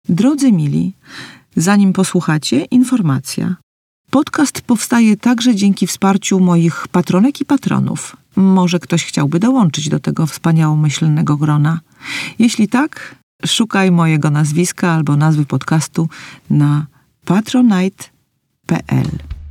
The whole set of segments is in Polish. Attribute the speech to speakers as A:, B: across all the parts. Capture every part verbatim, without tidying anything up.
A: Drodzy mili, zanim posłuchacie, informacja. Podcast powstaje także dzięki wsparciu moich patronek i patronów. Może ktoś chciałby dołączyć do tego wspaniałomyślnego grona. Jeśli tak, szukaj mojego nazwiska albo nazwy podcastu na patronite kropka p l.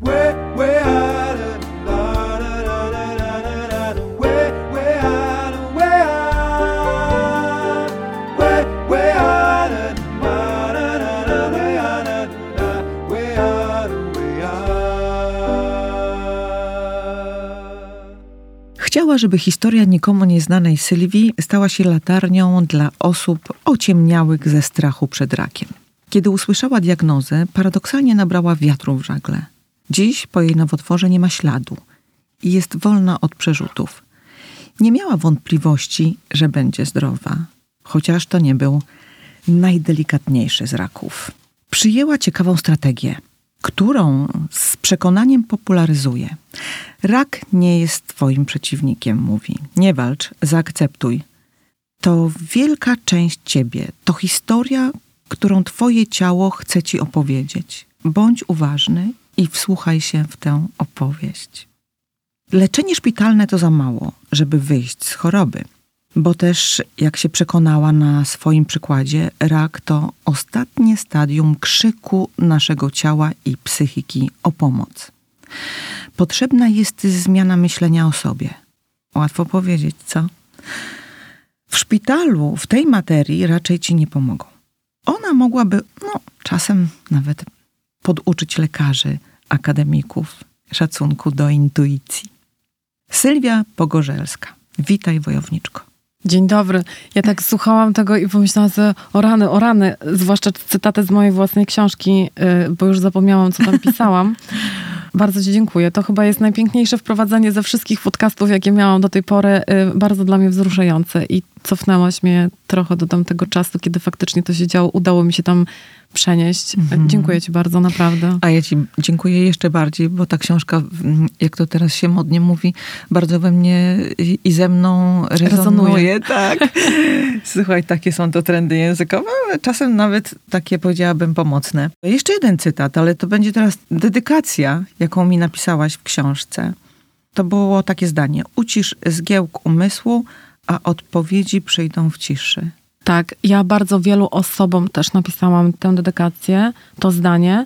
A: Chciała, żeby historia nikomu nieznanej Sylwii stała się latarnią dla osób ociemniałych ze strachu przed rakiem. Kiedy usłyszała diagnozę, paradoksalnie nabrała wiatru w żagle. Dziś po jej nowotworze nie ma śladu i jest wolna od przerzutów. Nie miała wątpliwości, że będzie zdrowa, chociaż to nie był najdelikatniejszy z raków. Przyjęła ciekawą strategię, którą z przekonaniem popularyzuje. Rak nie jest twoim przeciwnikiem, mówi. Nie walcz, zaakceptuj. To wielka część ciebie, to historia, którą twoje ciało chce ci opowiedzieć. Bądź uważny i wsłuchaj się w tę opowieść. Leczenie szpitalne to za mało, żeby wyjść z choroby. Bo też, jak się przekonała na swoim przykładzie, rak to ostatnie stadium krzyku naszego ciała i psychiki o pomoc. Potrzebna jest zmiana myślenia o sobie. Łatwo powiedzieć, co? W szpitalu w tej materii raczej ci nie pomogą. Ona mogłaby, no, czasem nawet poduczyć lekarzy, akademików, szacunku do intuicji. Sylwia Pogorzelska. Witaj, wojowniczko.
B: Dzień dobry. Ja tak słuchałam tego i pomyślałam sobie, o rany, o rany, zwłaszcza cytaty z mojej własnej książki, bo już zapomniałam, co tam pisałam. Bardzo ci dziękuję. To chyba jest najpiękniejsze wprowadzenie ze wszystkich podcastów, jakie miałam do tej pory. Bardzo dla mnie wzruszające i cofnęłaś mnie trochę do tamtego czasu, kiedy faktycznie to się działo. Udało mi się tam przenieść. Mhm. Dziękuję ci bardzo, naprawdę.
A: A ja ci dziękuję jeszcze bardziej, bo ta książka, jak to teraz się modnie mówi, bardzo we mnie i ze mną rezonuje. rezonuje. Tak. Słuchaj, takie są to trendy językowe, ale czasem nawet takie, powiedziałabym, pomocne. Jeszcze jeden cytat, ale to będzie teraz dedykacja, jaką mi napisałaś w książce. To było takie zdanie. Ucisz zgiełk umysłu, a odpowiedzi przyjdą w ciszy.
B: Tak, ja bardzo wielu osobom też napisałam tę dedykację, to zdanie,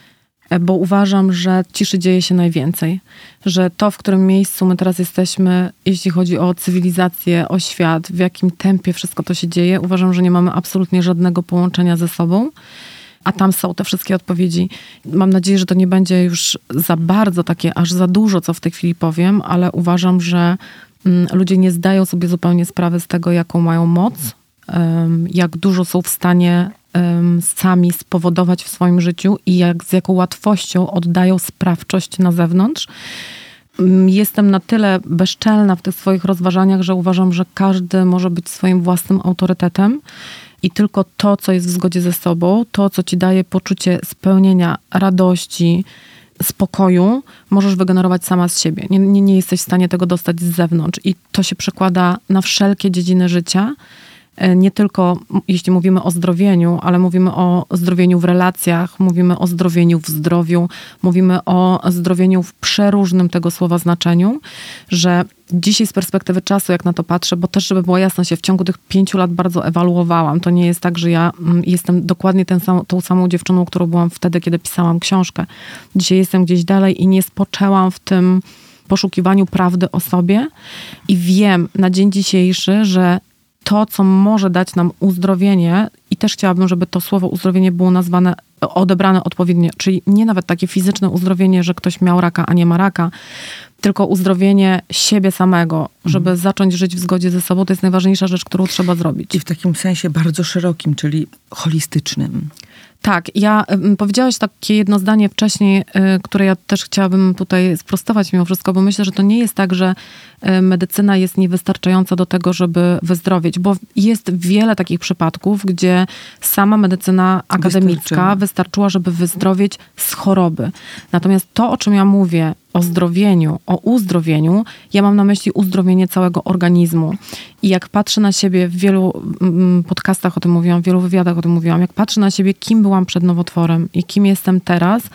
B: bo uważam, że ciszy dzieje się najwięcej. Że to, w którym miejscu my teraz jesteśmy, jeśli chodzi o cywilizację, o świat, w jakim tempie wszystko to się dzieje, uważam, że nie mamy absolutnie żadnego połączenia ze sobą, a tam są te wszystkie odpowiedzi. Mam nadzieję, że to nie będzie już za bardzo takie, aż za dużo, co w tej chwili powiem, ale uważam, że mm, ludzie nie zdają sobie zupełnie sprawy z tego, jaką mają moc, jak dużo są w stanie um, sami spowodować w swoim życiu i jak, z jaką łatwością oddają sprawczość na zewnątrz. Jestem na tyle bezczelna w tych swoich rozważaniach, że uważam, że każdy może być swoim własnym autorytetem i tylko to, co jest w zgodzie ze sobą, to, co ci daje poczucie spełnienia, radości, spokoju, możesz wygenerować sama z siebie. Nie, nie, nie jesteś w stanie tego dostać z zewnątrz i to się przekłada na wszelkie dziedziny życia. Nie tylko jeśli mówimy o zdrowieniu, ale mówimy o zdrowieniu w relacjach, mówimy o zdrowieniu w zdrowiu, mówimy o zdrowieniu w przeróżnym tego słowa znaczeniu, że dzisiaj z perspektywy czasu, jak na to patrzę, bo też, żeby była jasność, ja w ciągu tych pięciu lat bardzo ewaluowałam. To nie jest tak, że ja jestem dokładnie ten sam, tą samą dziewczyną, którą byłam wtedy, kiedy pisałam książkę. Dzisiaj jestem gdzieś dalej i nie spoczęłam w tym poszukiwaniu prawdy o sobie i wiem na dzień dzisiejszy, że to, co może dać nam uzdrowienie i też chciałabym, żeby to słowo uzdrowienie było nazwane, odebrane odpowiednio, czyli nie nawet takie fizyczne uzdrowienie, że ktoś miał raka, a nie ma raka, tylko uzdrowienie siebie samego, żeby mhm. zacząć żyć w zgodzie ze sobą, to jest najważniejsza rzecz, którą trzeba zrobić.
A: I w takim sensie bardzo szerokim, czyli holistycznym.
B: Tak, ja y, powiedziałaś takie jedno zdanie wcześniej, y, które ja też chciałabym tutaj sprostować mimo wszystko, bo myślę, że to nie jest tak, że y, medycyna jest niewystarczająca do tego, żeby wyzdrowieć, bo jest wiele takich przypadków, gdzie sama medycyna akademicka wystarczy, wystarczyła, żeby wyzdrowieć z choroby. Natomiast to, o czym ja mówię, o zdrowieniu, o uzdrowieniu, ja mam na myśli uzdrowienie całego organizmu. I jak patrzę na siebie, w wielu mm, podcastach o tym mówiłam, w wielu wywiadach o tym mówiłam, jak patrzę na siebie, kim byłam przed nowotworem i kim jestem teraz,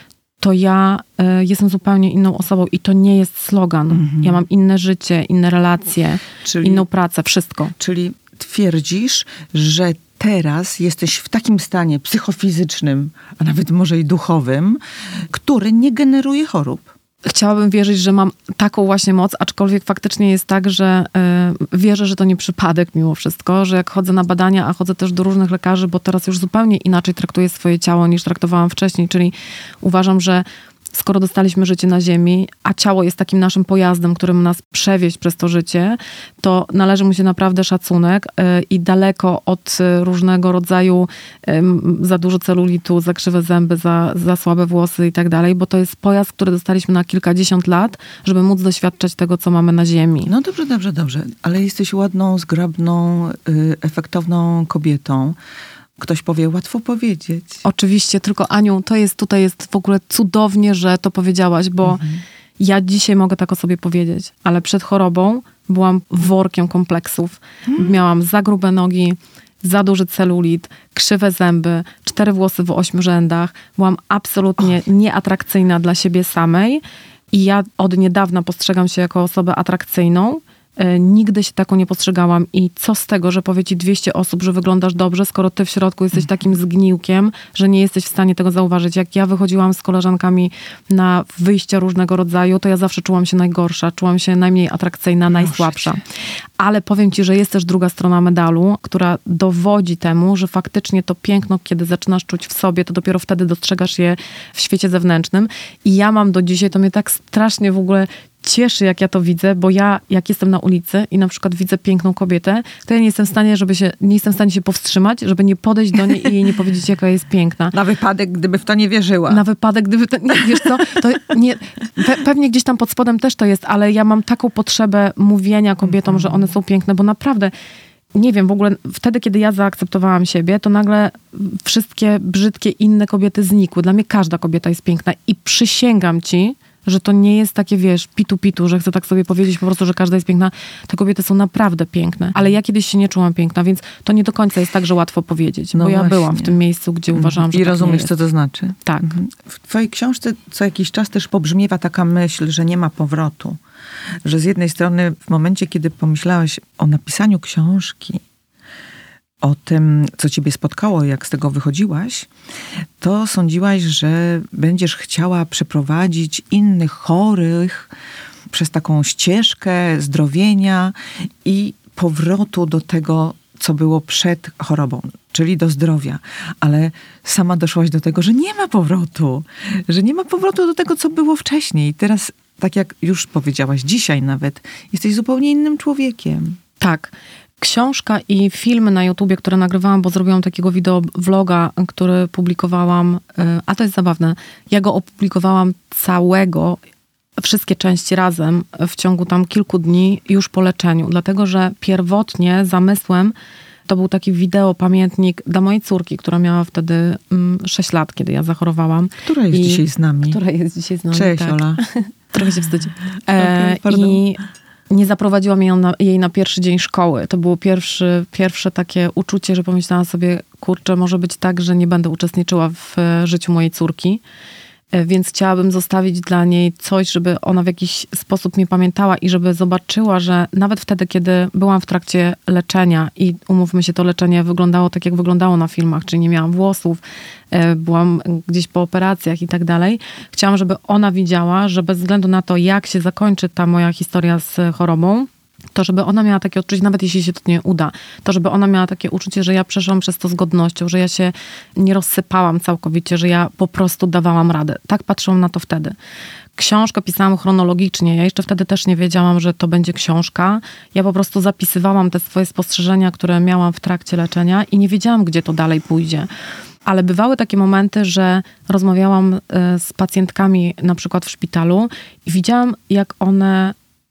B: to ja y, jestem zupełnie inną osobą i to nie jest slogan. Mhm. Ja mam inne życie, inne relacje, czyli, inną pracę, wszystko.
A: Czyli twierdzisz, że teraz jesteś w takim stanie psychofizycznym, a nawet może i duchowym, który nie generuje chorób.
B: Chciałabym wierzyć, że mam taką właśnie moc, aczkolwiek faktycznie jest tak, że y, wierzę, że to nie przypadek mimo wszystko, że jak chodzę na badania, a chodzę też do różnych lekarzy, bo teraz już zupełnie inaczej traktuję swoje ciało niż traktowałam wcześniej, czyli uważam, że skoro dostaliśmy życie na ziemi, a ciało jest takim naszym pojazdem, który ma nas przewieźć przez to życie, to należy mu się naprawdę szacunek yy, i daleko od yy, różnego rodzaju yy, za dużo celulitu, za krzywe zęby, za, za słabe włosy i tak dalej, bo to jest pojazd, który dostaliśmy na kilkadziesiąt lat, żeby móc doświadczać tego, co mamy na ziemi.
A: No dobrze, dobrze, dobrze, ale jesteś ładną, zgrabną, yy, efektowną kobietą. Ktoś powie, łatwo powiedzieć.
B: Oczywiście, tylko Aniu, to jest tutaj jest w ogóle cudownie, że to powiedziałaś, bo mhm. ja dzisiaj mogę tak o sobie powiedzieć, ale przed chorobą byłam workiem kompleksów. Hmm. Miałam za grube nogi, za duży celulit, krzywe zęby, cztery włosy w ośmiu rzędach. Byłam absolutnie Och. nieatrakcyjna dla siebie samej i ja od niedawna postrzegam się jako osobę atrakcyjną. Nigdy się taką nie postrzegałam i co z tego, że powie ci dwieście osób, że wyglądasz dobrze, skoro ty w środku jesteś takim zgniłkiem, że nie jesteś w stanie tego zauważyć. Jak ja wychodziłam z koleżankami na wyjścia różnego rodzaju, to ja zawsze czułam się najgorsza, czułam się najmniej atrakcyjna, najsłabsza. Ale powiem ci, że jest też druga strona medalu, która dowodzi temu, że faktycznie to piękno, kiedy zaczynasz czuć w sobie, to dopiero wtedy dostrzegasz je w świecie zewnętrznym. I ja mam do dzisiaj, to mnie tak strasznie w ogóle cieszy, jak ja to widzę, bo ja, jak jestem na ulicy i na przykład widzę piękną kobietę, to ja nie jestem w stanie, żeby się, nie jestem w stanie się powstrzymać, żeby nie podejść do niej i jej nie powiedzieć, jaka jest piękna.
A: Na wypadek, gdyby w to nie wierzyła.
B: Na wypadek, gdyby to, nie, wiesz co, to nie, pe, pewnie gdzieś tam pod spodem też to jest, ale ja mam taką potrzebę mówienia kobietom, że one są piękne, bo naprawdę nie wiem, w ogóle wtedy, kiedy ja zaakceptowałam siebie, to nagle wszystkie brzydkie inne kobiety znikły. Dla mnie każda kobieta jest piękna i przysięgam ci, że to nie jest takie, wiesz, pitu-pitu, że chcę tak sobie powiedzieć po prostu, że każda jest piękna. Te kobiety są naprawdę piękne. Ale ja kiedyś się nie czułam piękna, więc to nie do końca jest tak, że łatwo powiedzieć. No bo ja byłam w tym miejscu, gdzie uważałam, że
A: I
B: tak
A: rozumiesz,
B: nie jest.
A: co to znaczy.
B: Tak.
A: W twojej książce co jakiś czas też pobrzmiewa taka myśl, że nie ma powrotu. Że z jednej strony w momencie, kiedy pomyślałeś o napisaniu książki, o tym, co ciebie spotkało, jak z tego wychodziłaś, to sądziłaś, że będziesz chciała przeprowadzić innych chorych przez taką ścieżkę zdrowienia i powrotu do tego, co było przed chorobą, czyli do zdrowia. Ale sama doszłaś do tego, że nie ma powrotu, że nie ma powrotu do tego, co było wcześniej. Teraz, tak jak już powiedziałaś, dzisiaj nawet, jesteś zupełnie innym człowiekiem.
B: Tak. Książka i filmy na YouTubie, które nagrywałam, bo zrobiłam takiego wideovloga, który publikowałam, a to jest zabawne, ja go opublikowałam całego, wszystkie części razem w ciągu tam kilku dni już po leczeniu, dlatego że pierwotnie zamysłem to był taki wideo pamiętnik dla mojej córki, która miała wtedy sześć lat, kiedy ja zachorowałam.
A: Która jest I, dzisiaj z nami.
B: Która jest dzisiaj z nami,
A: Cześć,
B: tak.
A: Ola.
B: Trochę się wstydzi. E, okay, I nie zaprowadziłam jej na, jej na pierwszy dzień szkoły. To było pierwszy, pierwsze takie uczucie, że pomyślałam sobie, kurczę, może być tak, że nie będę uczestniczyła w życiu mojej córki. Więc chciałabym zostawić dla niej coś, żeby ona w jakiś sposób mnie pamiętała i żeby zobaczyła, że nawet wtedy, kiedy byłam w trakcie leczenia i umówmy się, to leczenie wyglądało tak, jak wyglądało na filmach, czyli nie miałam włosów, byłam gdzieś po operacjach i tak dalej. Chciałam, żeby ona widziała, że bez względu na to, jak się zakończy ta moja historia z chorobą, to żeby ona miała takie odczucie, nawet jeśli się to nie uda, to żeby ona miała takie uczucie, że ja przeszłam przez to z godnością, że ja się nie rozsypałam całkowicie, że ja po prostu dawałam radę. Tak patrzyłam na to wtedy. Książkę pisałam chronologicznie. Ja jeszcze wtedy też nie wiedziałam, że to będzie książka. Ja po prostu zapisywałam te swoje spostrzeżenia, które miałam w trakcie leczenia i nie wiedziałam, gdzie to dalej pójdzie. Ale bywały takie momenty, że rozmawiałam z pacjentkami na przykład w szpitalu i widziałam, jak one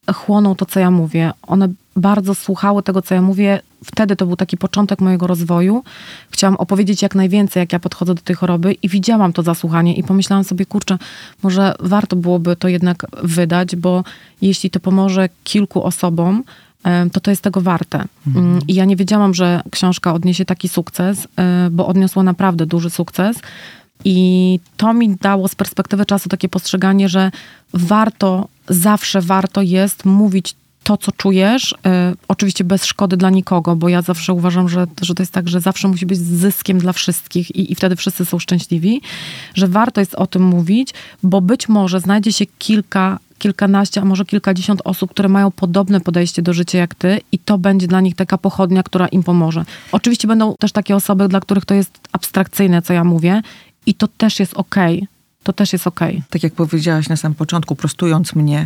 B: chłoną to, co ja mówię. One bardzo słuchały tego, co ja mówię. Wtedy to był taki początek mojego rozwoju. Chciałam opowiedzieć jak najwięcej, jak ja podchodzę do tej choroby i widziałam to zasłuchanie i pomyślałam sobie, kurczę, może warto byłoby to jednak wydać, bo jeśli to pomoże kilku osobom, to to jest tego warte. Mhm. I ja nie wiedziałam, że książka odniesie taki sukces, bo odniosła naprawdę duży sukces. I to mi dało z perspektywy czasu takie postrzeganie, że warto, zawsze warto jest mówić to, co czujesz, y, oczywiście bez szkody dla nikogo, bo ja zawsze uważam, że, że to jest tak, że zawsze musi być z zyskiem dla wszystkich i, i wtedy wszyscy są szczęśliwi, że warto jest o tym mówić, bo być może znajdzie się kilka, kilkanaście, a może kilkadziesiąt osób, które mają podobne podejście do życia jak ty i to będzie dla nich taka pochodnia, która im pomoże. Oczywiście będą też takie osoby, dla których to jest abstrakcyjne, co ja mówię i to też jest okej. To też jest okej.
A: Tak jak powiedziałaś na samym początku, prostując mnie,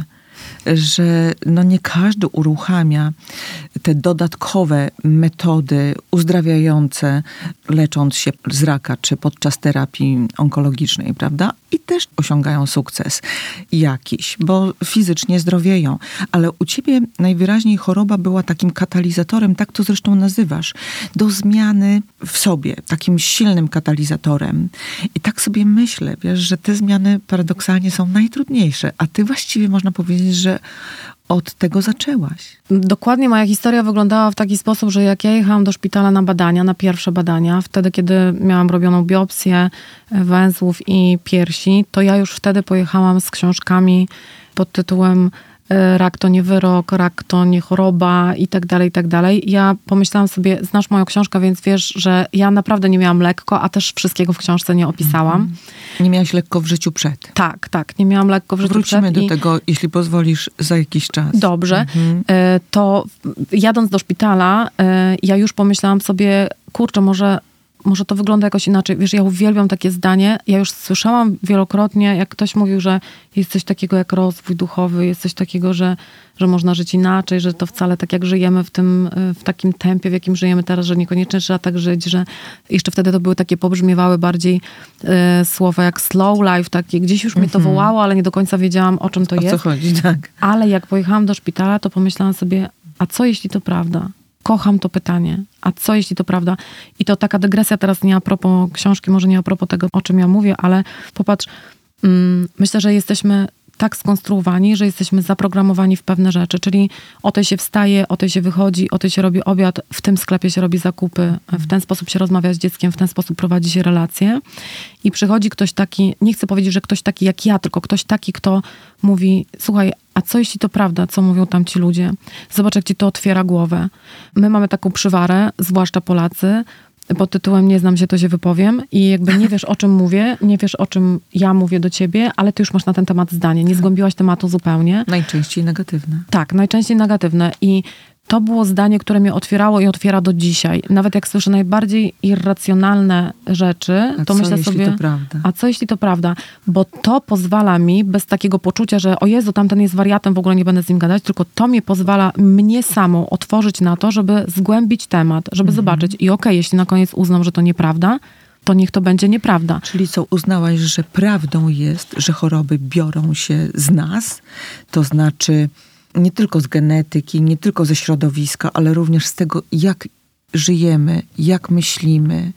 A: że no nie każdy uruchamia te dodatkowe metody uzdrawiające, lecząc się z raka, czy podczas terapii onkologicznej, prawda? I też osiągają sukces jakiś, bo fizycznie zdrowieją. Ale u ciebie najwyraźniej choroba była takim katalizatorem, tak to zresztą nazywasz, do zmiany w sobie, takim silnym katalizatorem. I tak sobie myślę, wiesz, że te zmiany paradoksalnie są najtrudniejsze, a ty właściwie można powiedzieć, że od tego zaczęłaś.
B: Dokładnie moja historia wyglądała w taki sposób, że jak ja jechałam do szpitala na badania, na pierwsze badania, wtedy kiedy miałam robioną biopsję węzłów i piersi, to ja już wtedy pojechałam z książkami pod tytułem rak to nie wyrok, rak to nie choroba i tak dalej, i tak dalej. Ja pomyślałam sobie, znasz moją książkę, więc wiesz, że ja naprawdę nie miałam lekko, a też wszystkiego w książce nie opisałam.
A: Nie miałaś lekko w życiu przed.
B: Tak, tak, nie miałam lekko w życiu
A: Wrócimy
B: przed.
A: Wrócimy do
B: i...
A: tego, jeśli pozwolisz, za jakiś czas.
B: Dobrze.
A: Mhm.
B: To jadąc do szpitala, ja już pomyślałam sobie, kurczę, może może to wygląda jakoś inaczej. Wiesz, ja uwielbiam takie zdanie. Ja już słyszałam wielokrotnie, jak ktoś mówił, że jest coś takiego jak rozwój duchowy, jest coś takiego, że, że można żyć inaczej, że to wcale tak jak żyjemy w tym, w takim tempie, w jakim żyjemy teraz, że niekoniecznie trzeba tak żyć, że jeszcze wtedy to były takie, pobrzmiewały bardziej e, słowa jak slow life, takie gdzieś już mnie to wołało, ale nie do końca wiedziałam, o czym to
A: o
B: jest.
A: O co chodzi, tak.
B: Ale jak pojechałam do szpitala, to pomyślałam sobie, a co jeśli to prawda? Kocham to pytanie. A co jeśli to prawda? I to taka dygresja teraz nie a propos książki, może nie a propos tego, o czym ja mówię, ale popatrz, mm, myślę, że jesteśmy tak skonstruowani, że jesteśmy zaprogramowani w pewne rzeczy, czyli o tej się wstaje, o tej się wychodzi, o tej się robi obiad, w tym sklepie się robi zakupy, w ten sposób się rozmawia z dzieckiem, w ten sposób prowadzi się relacje i przychodzi ktoś taki, nie chcę powiedzieć, że ktoś taki jak ja, tylko ktoś taki, kto mówi, słuchaj, a co jeśli to prawda, co mówią tam ci ludzie? Zobacz, jak ci to otwiera głowę. My mamy taką przywarę, zwłaszcza Polacy, pod tytułem nie znam się, to się wypowiem i jakby nie wiesz, o czym mówię, nie wiesz, o czym ja mówię do ciebie, ale ty już masz na ten temat zdanie. Nie zgłębiłaś tematu zupełnie.
A: Najczęściej negatywne.
B: Tak, najczęściej negatywne i to było zdanie, które mnie otwierało i otwiera do dzisiaj. Nawet jak słyszę najbardziej irracjonalne rzeczy,
A: a
B: to
A: co,
B: myślę
A: jeśli
B: sobie,
A: to prawda?
B: a co jeśli to prawda? Bo to pozwala mi, bez takiego poczucia, że o Jezu, tamten jest wariatem, w ogóle nie będę z nim gadać, tylko to mnie pozwala mnie samą otworzyć na to, żeby zgłębić temat, żeby mhm. zobaczyć i okej, okay, jeśli na koniec uznam, że to nieprawda, to niech to będzie nieprawda.
A: Czyli co, uznałaś, że prawdą jest, że choroby biorą się z nas? To znaczy nie tylko z genetyki, nie tylko ze środowiska, ale również z tego, jak żyjemy, jak myślimy,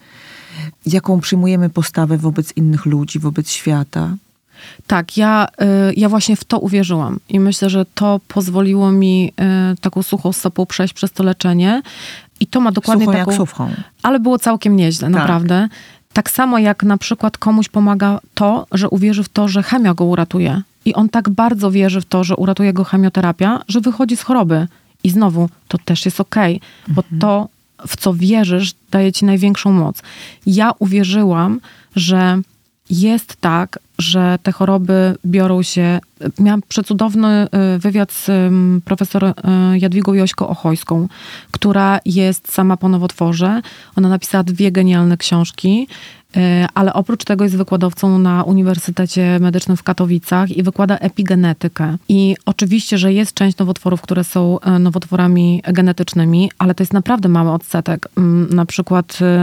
A: jaką przyjmujemy postawę wobec innych ludzi, wobec świata.
B: Tak, ja, ja właśnie w to uwierzyłam i myślę, że to pozwoliło mi taką suchą stopą przejść przez to leczenie i to ma dokładnie
A: suchą
B: taką...
A: jak suchą.
B: Ale było całkiem nieźle, tak. Naprawdę. Tak samo jak na przykład komuś pomaga to, że uwierzy w to, że chemia go uratuje. I on tak bardzo wierzy w to, że uratuje go chemioterapia, że wychodzi z choroby. I znowu, to też jest okej, okay, bo mhm. to, w co wierzysz, daje ci największą moc. Ja uwierzyłam, że jest tak, że te choroby biorą się... Miałam przecudowny wywiad z profesor Jadwigą Jośko-Ochojską, która jest sama po nowotworze. Ona napisała dwie genialne książki, ale oprócz tego jest wykładowcą na Uniwersytecie Medycznym w Katowicach i wykłada epigenetykę. I oczywiście, że jest część nowotworów, które są nowotworami genetycznymi, ale to jest naprawdę mały odsetek. Na przykład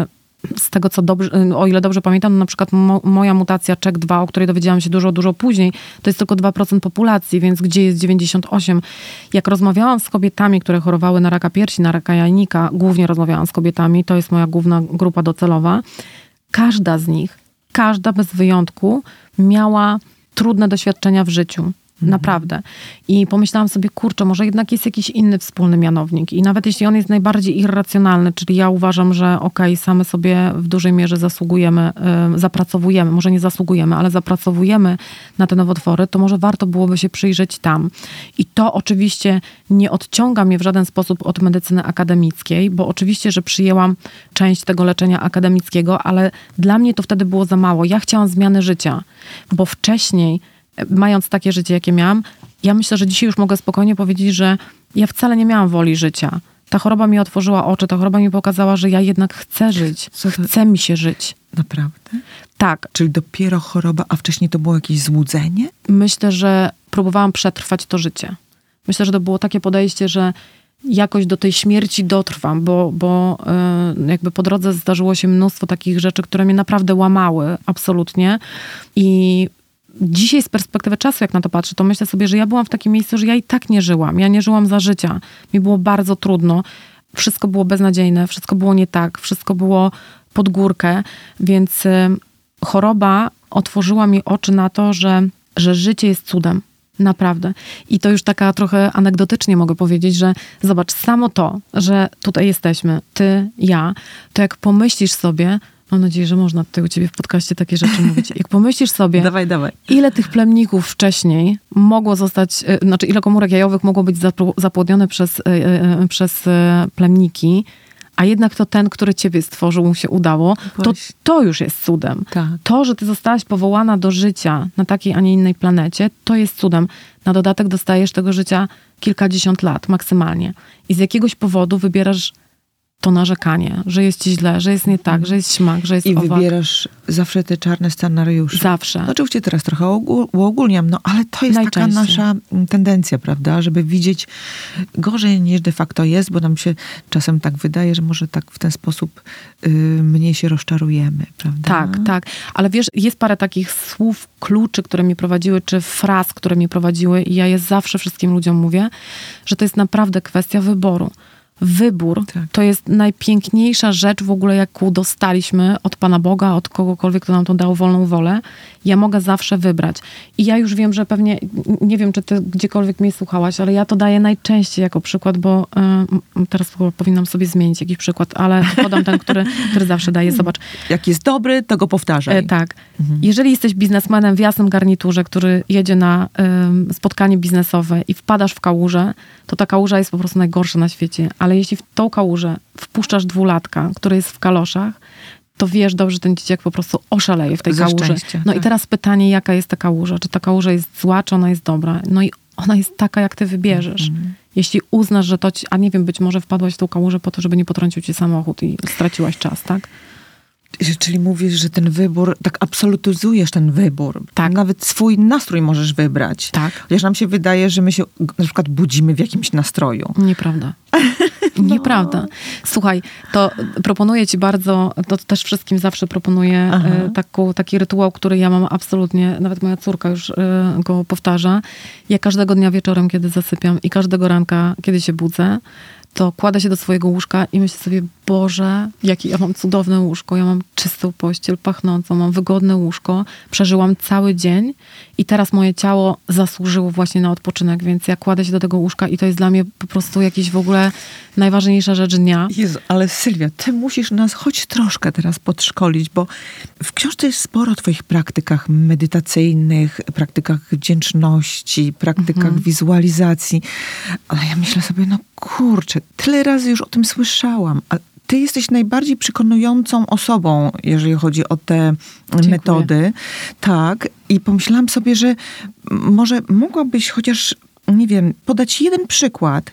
B: z tego, co dobrze, o ile dobrze pamiętam, no na przykład mo, moja mutacja C Z K dwa, o której dowiedziałam się dużo, dużo później, to jest tylko dwa procent populacji, więc gdzie jest dziewięćdziesiąt osiem? Jak rozmawiałam z kobietami, które chorowały na raka piersi, na raka jajnika, głównie rozmawiałam z kobietami, to jest moja główna grupa docelowa, każda z nich, każda bez wyjątku miała trudne doświadczenia w życiu. Naprawdę. I pomyślałam sobie, kurczę, może jednak jest jakiś inny wspólny mianownik. I nawet jeśli on jest najbardziej irracjonalny, czyli ja uważam, że okej, okay, same sobie w dużej mierze zasługujemy, yy, zapracowujemy, może nie zasługujemy, ale zapracowujemy na te nowotwory, to może warto byłoby się przyjrzeć tam. I to oczywiście nie odciąga mnie w żaden sposób od medycyny akademickiej, bo oczywiście, że przyjęłam część tego leczenia akademickiego, ale dla mnie to wtedy było za mało. Ja chciałam zmiany życia, bo wcześniej mając takie życie, jakie miałam, ja myślę, że dzisiaj już mogę spokojnie powiedzieć, że ja wcale nie miałam woli życia. Ta choroba mi otworzyła oczy, ta choroba mi pokazała, że ja jednak chcę żyć.
A: Co to...
B: Chce mi się żyć.
A: Naprawdę?
B: Tak.
A: Czyli dopiero choroba, a wcześniej to było jakieś złudzenie?
B: Myślę, że próbowałam przetrwać to życie. Myślę, że to było takie podejście, że jakoś do tej śmierci dotrwam, bo, bo yy, jakby po drodze zdarzyło się mnóstwo takich rzeczy, które mnie naprawdę łamały, absolutnie. I dzisiaj z perspektywy czasu, jak na to patrzę, to myślę sobie, że ja byłam w takim miejscu, że ja i tak nie żyłam. Ja nie żyłam za życia. Mi było bardzo trudno. Wszystko było beznadziejne, wszystko było nie tak, wszystko było pod górkę, więc y, choroba otworzyła mi oczy na to, że, że życie jest cudem. Naprawdę. I to już taka trochę anegdotycznie mogę powiedzieć, że zobacz, samo to, że tutaj jesteśmy, ty, ja, to jak pomyślisz sobie, mam nadzieję, że można tutaj u ciebie w podcaście takie rzeczy mówić. Jak pomyślisz sobie,
A: dawaj, dawaj.
B: ile tych plemników wcześniej mogło zostać, znaczy ile komórek jajowych mogło być zapłodnione przez, przez plemniki, a jednak to ten, który ciebie stworzył, mu się udało, to to już jest cudem.
A: Tak.
B: To, że ty zostałaś powołana do życia na takiej, a nie innej planecie, to jest cudem. Na dodatek dostajesz tego życia kilkadziesiąt lat maksymalnie. I z jakiegoś powodu wybierasz to narzekanie, że jest ci źle, że jest nie tak, że jest śmak, że jest
A: I
B: owak.
A: I wybierasz zawsze te czarne scenariusze.
B: Zawsze.
A: No, oczywiście teraz trochę uogólniam, no ale to jest taka nasza tendencja, prawda, żeby widzieć gorzej niż de facto jest, bo nam się czasem tak wydaje, że może tak w ten sposób y, mniej się rozczarujemy, prawda?
B: Tak, tak. Ale wiesz, jest parę takich słów, kluczy, które mi prowadziły, czy fraz, które mi prowadziły i ja je zawsze wszystkim ludziom mówię, że to jest naprawdę kwestia wyboru. Wybór tak. To jest najpiękniejsza rzecz w ogóle, jaką dostaliśmy od Pana Boga, od kogokolwiek, kto nam to dał wolną wolę. Ja mogę zawsze wybrać. I ja już wiem, że pewnie, nie wiem, czy ty gdziekolwiek mnie słuchałaś, ale ja to daję najczęściej jako przykład, bo y, teraz powinnam sobie zmienić jakiś przykład, ale podam ten, który, który zawsze daję. Zobacz.
A: Jak jest dobry, to go powtarzaj.
B: E, tak. Mhm. Jeżeli jesteś biznesmenem w jasnym garniturze, który jedzie na y, spotkanie biznesowe i wpadasz w kałużę, to ta kałuża jest po prostu najgorsza na świecie. Ale jeśli w tą kałużę wpuszczasz dwulatka, który jest w kaloszach, to wiesz dobrze, że ten dzieciak po prostu oszaleje w tej
A: Ze
B: kałuży.
A: szczęścia,
B: no
A: tak.
B: i teraz pytanie, jaka jest ta kałuża? Czy ta kałuża jest zła, czy ona jest dobra? No i ona jest taka, jak ty wybierzesz. Mm. Jeśli uznasz, że to ci, a nie wiem, być może wpadłaś w tą kałużę po to, żeby nie potrącił ci samochód i straciłaś czas, tak?
A: Czyli mówisz, że ten wybór, tak absolutyzujesz ten wybór.
B: Tak.
A: Nawet swój nastrój możesz wybrać.
B: Tak.
A: Chociaż nam się wydaje, że my się na przykład budzimy w jakimś nastroju.
B: Nieprawda. No. Nieprawda. Słuchaj, to proponuję ci bardzo, to też wszystkim zawsze proponuję y, taką, taki rytuał, który ja mam absolutnie, nawet moja córka już y, go powtarza. Ja każdego dnia wieczorem, kiedy zasypiam i każdego ranka, kiedy się budzę, to kładę się do swojego łóżka i myślę sobie, Boże, jakie ja mam cudowne łóżko, ja mam czystą pościel, pachnącą, mam wygodne łóżko, przeżyłam cały dzień i teraz moje ciało zasłużyło właśnie na odpoczynek, więc ja kładę się do tego łóżka i to jest dla mnie po prostu jakiś w ogóle najważniejsza rzecz dnia.
A: Jezu, ale Sylwia, ty musisz nas choć troszkę teraz podszkolić, bo w książce jest sporo o twoich praktykach medytacyjnych, praktykach wdzięczności, praktykach mhm. wizualizacji, ale ja myślę sobie, no kurczę, tyle razy już o tym słyszałam, a ty jesteś najbardziej przekonującą osobą, jeżeli chodzi o te Dziękuję. metody. Tak. I pomyślałam sobie, że może mogłabyś chociaż, nie wiem, podać jeden przykład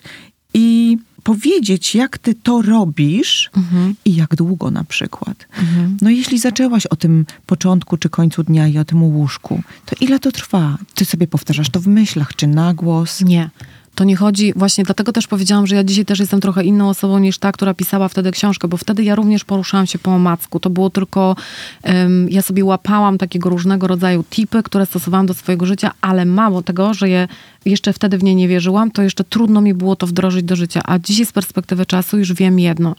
A: i powiedzieć, jak ty to robisz mhm. i jak długo na przykład. Mhm. No jeśli zaczęłaś o tym początku czy końcu dnia i o tym łóżku, to ile to trwa? Ty sobie powtarzasz to w myślach czy na głos?
B: Nie. To nie chodzi, właśnie dlatego też powiedziałam, że ja dzisiaj też jestem trochę inną osobą niż ta, która pisała wtedy książkę, bo wtedy ja również poruszałam się po omacku. To było tylko, um, ja sobie łapałam takiego różnego rodzaju tipy, które stosowałam do swojego życia, ale mało tego, że je jeszcze wtedy w nie nie wierzyłam, to jeszcze trudno mi było to wdrożyć do życia. A dzisiaj z perspektywy czasu już wiem jedno.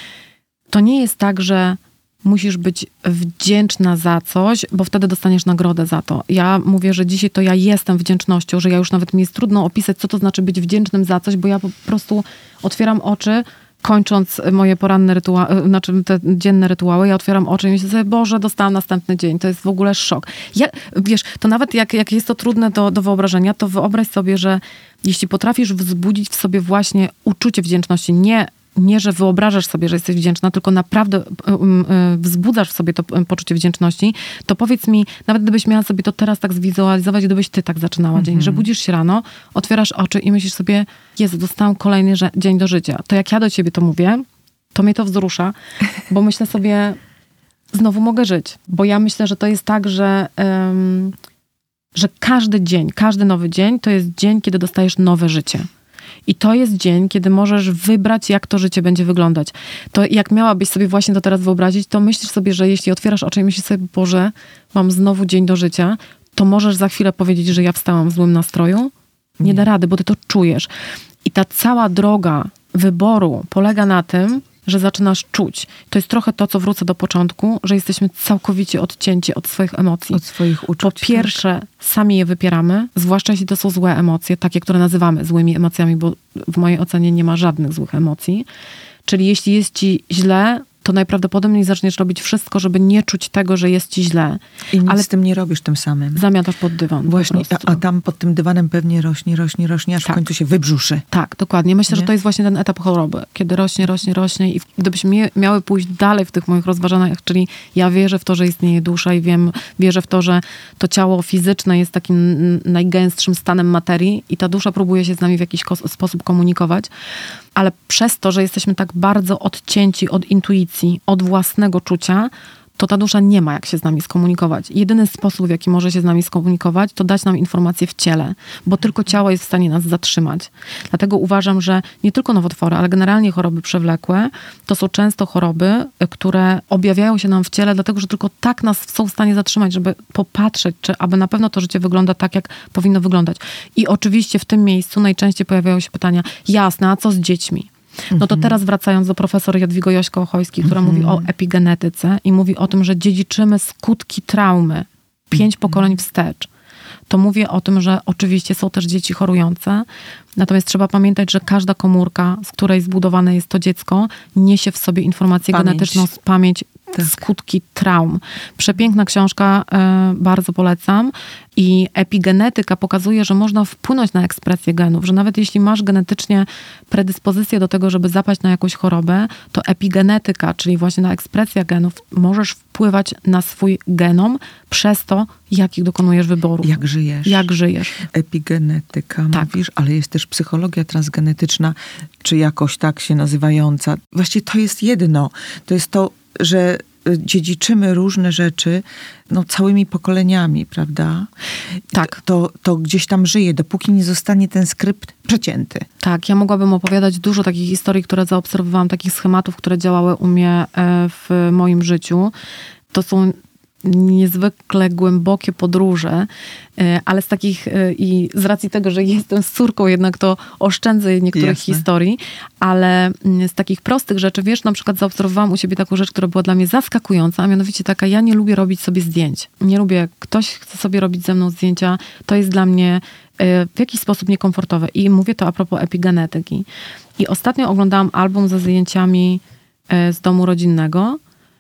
B: To nie jest tak, że musisz być wdzięczna za coś, bo wtedy dostaniesz nagrodę za to. Ja mówię, że dzisiaj to ja jestem wdzięcznością, że ja już nawet mi jest trudno opisać, co to znaczy być wdzięcznym za coś, bo ja po prostu otwieram oczy, kończąc moje poranne rytuały, znaczy te dzienne rytuały, ja otwieram oczy i myślę sobie, Boże, dostałam następny dzień. To jest w ogóle szok. Ja, wiesz, to nawet jak, jak jest to trudne do, do wyobrażenia, to wyobraź sobie, że jeśli potrafisz wzbudzić w sobie właśnie uczucie wdzięczności, nie Nie, że wyobrażasz sobie, że jesteś wdzięczna, tylko naprawdę wzbudzasz w sobie to poczucie wdzięczności, to powiedz mi, nawet gdybyś miała sobie to teraz tak zwizualizować, gdybyś ty tak zaczynała mm-hmm. dzień, że budzisz się rano, otwierasz oczy i myślisz sobie, Jezu, dostałam kolejny dzień do życia. To jak ja do ciebie to mówię, to mnie to wzrusza, bo myślę sobie, znowu mogę żyć. Bo ja myślę, że to jest tak, że, um, że każdy dzień, każdy nowy dzień to jest dzień, kiedy dostajesz nowe życie. I to jest dzień, kiedy możesz wybrać, jak to życie będzie wyglądać. To jak miałabyś sobie właśnie to teraz wyobrazić, to myślisz sobie, że jeśli otwierasz oczy i myślisz sobie, Boże, mam znowu dzień do życia, to możesz za chwilę powiedzieć, że ja wstałam w złym nastroju? Nie da rady, bo ty to czujesz. I ta cała droga wyboru polega na tym, że zaczynasz czuć. To jest trochę to, co wrócę do początku, że jesteśmy całkowicie odcięci od swoich emocji.
A: Od swoich uczuć.
B: Po pierwsze, tak. sami je wypieramy, zwłaszcza jeśli to są złe emocje, takie, które nazywamy złymi emocjami, bo w mojej ocenie nie ma żadnych złych emocji. Czyli jeśli jest ci źle, to najprawdopodobniej zaczniesz robić wszystko, żeby nie czuć tego, że jest ci źle.
A: I nic
B: ale
A: z tym nie robisz tym samym.
B: Zamiatasz pod dywan.
A: Właśnie, a, a tam pod tym dywanem pewnie rośnie, rośnie, rośnie, aż tak. w końcu się wybrzuszy.
B: Tak, dokładnie. Myślę, nie? że to jest właśnie ten etap choroby, kiedy rośnie, rośnie, rośnie i gdybyśmy miały pójść dalej w tych moich rozważaniach, czyli ja wierzę w to, że istnieje dusza i wiem, wierzę w to, że to ciało fizyczne jest takim najgęstszym stanem materii i ta dusza próbuje się z nami w jakiś sposób komunikować, ale przez to, że jesteśmy tak bardzo odcięci od intuicji, od własnego czucia, to ta dusza nie ma jak się z nami skomunikować. Jedyny sposób, w jaki może się z nami skomunikować, to dać nam informacje w ciele, bo tylko ciało jest w stanie nas zatrzymać. Dlatego uważam, że nie tylko nowotwory, ale generalnie choroby przewlekłe, to są często choroby, które objawiają się nam w ciele, dlatego, że tylko tak nas są w stanie zatrzymać, żeby popatrzeć, czy aby na pewno to życie wygląda tak, jak powinno wyglądać. I oczywiście w tym miejscu najczęściej pojawiają się pytania, jasne, a co z dziećmi? No to teraz wracając do profesor Jadwigo Jośko-Ochojskiej, która mm-hmm. mówi o epigenetyce i mówi o tym, że dziedziczymy skutki traumy pięć mm-hmm. pokoleń wstecz. To mówię o tym, że oczywiście są też dzieci chorujące, natomiast trzeba pamiętać, że każda komórka, z której zbudowane jest to dziecko, niesie w sobie informację pamięć. genetyczną, pamięć, tak. skutki traum. Przepiękna książka, e, bardzo polecam. I epigenetyka pokazuje, że można wpłynąć na ekspresję genów, że nawet jeśli masz genetycznie predyspozycję do tego, żeby zapaść na jakąś chorobę, to epigenetyka, czyli właśnie na ekspresję genów, możesz wpływać na swój genom przez to, jakich dokonujesz wyborów.
A: Jak żyjesz.
B: Jak żyjesz.
A: Epigenetyka,
B: tak.
A: mówisz, ale jest też psychologia transgenetyczna, czy jakoś tak się nazywająca. Właściwie to jest jedno. To jest to, że dziedziczymy różne rzeczy no, całymi pokoleniami, prawda?
B: Tak.
A: To, to gdzieś tam żyje, dopóki nie zostanie ten skrypt przecięty.
B: Tak, ja mogłabym opowiadać dużo takich historii, które zaobserwowałam, takich schematów, które działały u mnie w moim życiu. To są niezwykle głębokie podróże, ale z takich i z racji tego, że jestem z córką, jednak to oszczędzę niektórych Jasne. historii, ale z takich prostych rzeczy, wiesz, na przykład zaobserwowałam u siebie taką rzecz, która była dla mnie zaskakująca, a mianowicie taka, ja nie lubię robić sobie zdjęć. Nie lubię, jak ktoś chce sobie robić ze mną zdjęcia, to jest dla mnie w jakiś sposób niekomfortowe. I mówię to a propos epigenetyki. I ostatnio oglądałam album ze zdjęciami z domu rodzinnego,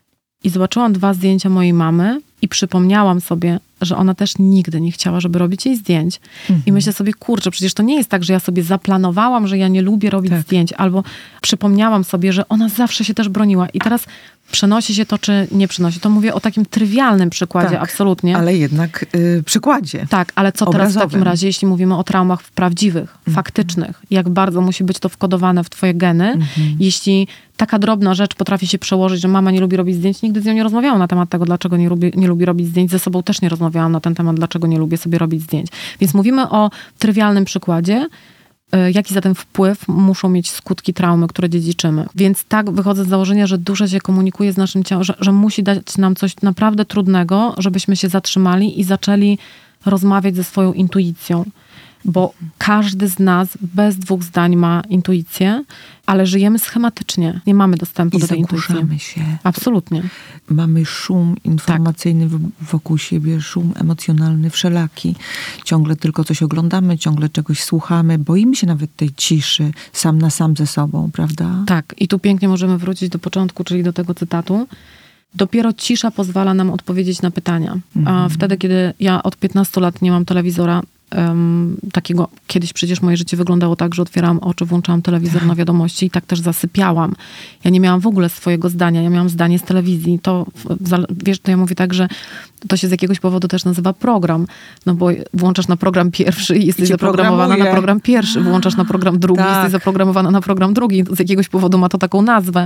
B: i zobaczyłam dwa zdjęcia mojej mamy i przypomniałam sobie, że ona też nigdy nie chciała, żeby robić jej zdjęć. Mhm. I myślę sobie, kurczę, przecież to nie jest tak, że ja sobie zaplanowałam, że ja nie lubię robić tak. zdjęć, albo przypomniałam sobie, że ona zawsze się też broniła. I teraz przenosi się to, czy nie przenosi. To mówię o takim trywialnym przykładzie, tak, absolutnie.
A: Ale jednak yy, przykładzie.
B: Tak, ale co
A: obrazowym.
B: Teraz w takim razie, jeśli mówimy o traumach prawdziwych, mhm. faktycznych, jak bardzo musi być to wkodowane w twoje geny, mhm. jeśli taka drobna rzecz potrafi się przełożyć, że mama nie lubi robić zdjęć, nigdy z nią nie rozmawiałam na temat tego, dlaczego nie lubi, nie lubi robić zdjęć. Ze sobą też nie rozmawiałam na ten temat, dlaczego nie lubię sobie robić zdjęć. Więc mówimy o trywialnym przykładzie, jaki zatem wpływ muszą mieć skutki traumy, które dziedziczymy. Więc tak wychodzę z założenia, że dusza się komunikuje z naszym ciałem, że, że musi dać nam coś naprawdę trudnego, żebyśmy się zatrzymali i zaczęli rozmawiać ze swoją intuicją. Bo każdy z nas bez dwóch zdań ma intuicję, ale żyjemy schematycznie. Nie mamy dostępu
A: I
B: do tej intuicji.
A: zagłuszamy się.
B: Absolutnie.
A: Mamy szum informacyjny tak. wokół siebie, szum emocjonalny wszelaki. Ciągle tylko coś oglądamy, ciągle czegoś słuchamy. Boimy się nawet tej ciszy, sam na sam ze sobą, prawda?
B: Tak. I tu pięknie możemy wrócić do początku, czyli do tego cytatu. Dopiero cisza pozwala nam odpowiedzieć na pytania. Mhm. A wtedy, kiedy ja od piętnastu lat nie mam telewizora, Um, takiego, kiedyś przecież moje życie wyglądało tak, że otwierałam oczy, włączałam telewizor na wiadomości i tak też zasypiałam. Ja nie miałam w ogóle swojego zdania, ja miałam zdanie z telewizji. To, wiesz, to ja mówię tak, że to się z jakiegoś powodu też nazywa program, no bo włączasz na program pierwszy i jesteś I zaprogramowana na program pierwszy, włączasz na program drugi tak. jesteś zaprogramowana na program drugi. Z jakiegoś powodu ma to taką nazwę.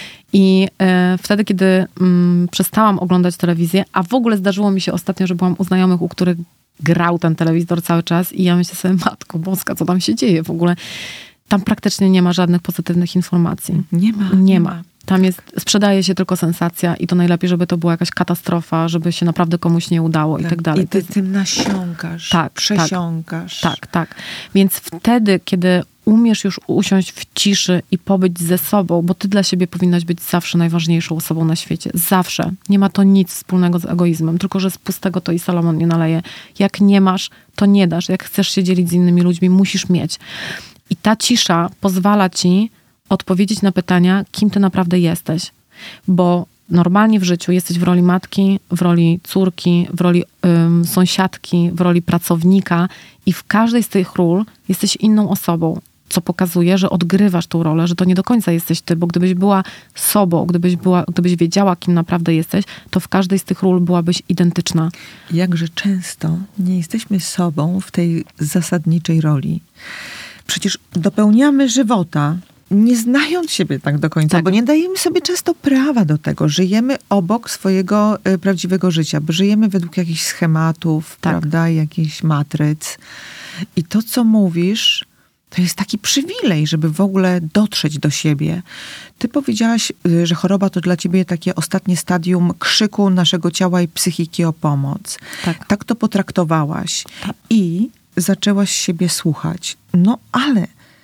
B: I e, wtedy, kiedy mm, przestałam oglądać telewizję, a w ogóle zdarzyło mi się ostatnio, że byłam u znajomych, u których grał ten telewizor cały czas i ja myślę sobie, Matko Boska, co tam się dzieje w ogóle? Tam praktycznie nie ma żadnych pozytywnych informacji.
A: Nie ma.
B: Nie ma. Tam jest, sprzedaje się tylko sensacja i to najlepiej, żeby to była jakaś katastrofa, żeby się naprawdę komuś nie udało tak. i tak dalej.
A: I ty tym nasiąkasz, tak, przesiąkasz.
B: Tak, tak, tak. Więc wtedy, kiedy umiesz już usiąść w ciszy i pobyć ze sobą, bo ty dla siebie powinnaś być zawsze najważniejszą osobą na świecie. Zawsze. Nie ma to nic wspólnego z egoizmem, tylko że z pustego to i Salomon nie naleje. Jak nie masz, to nie dasz. Jak chcesz się dzielić z innymi ludźmi, musisz mieć. I ta cisza pozwala ci odpowiedzieć na pytania, kim ty naprawdę jesteś. Bo normalnie w życiu jesteś w roli matki, w roli córki, w roli ym, sąsiadki, w roli pracownika i w każdej z tych ról jesteś inną osobą, co pokazuje, że odgrywasz tą rolę, że to nie do końca jesteś ty, bo gdybyś była sobą, gdybyś, była, gdybyś wiedziała, kim naprawdę jesteś, to w każdej z tych ról byłabyś identyczna.
A: Jakże często nie jesteśmy sobą w tej zasadniczej roli. Przecież dopełniamy żywota, nie znając siebie tak do końca, tak. bo nie dajemy sobie często prawa do tego. Żyjemy obok swojego y, prawdziwego życia, bo żyjemy według jakichś schematów, tak. prawda, jakichś matryc. I to, co mówisz, to jest taki przywilej, żeby w ogóle dotrzeć do siebie. Ty powiedziałaś, y, że choroba to dla ciebie takie ostatnie stadium krzyku naszego ciała i psychiki o pomoc.
B: Tak,
A: tak to potraktowałaś.
B: Tak.
A: I zaczęłaś siebie słuchać. No ale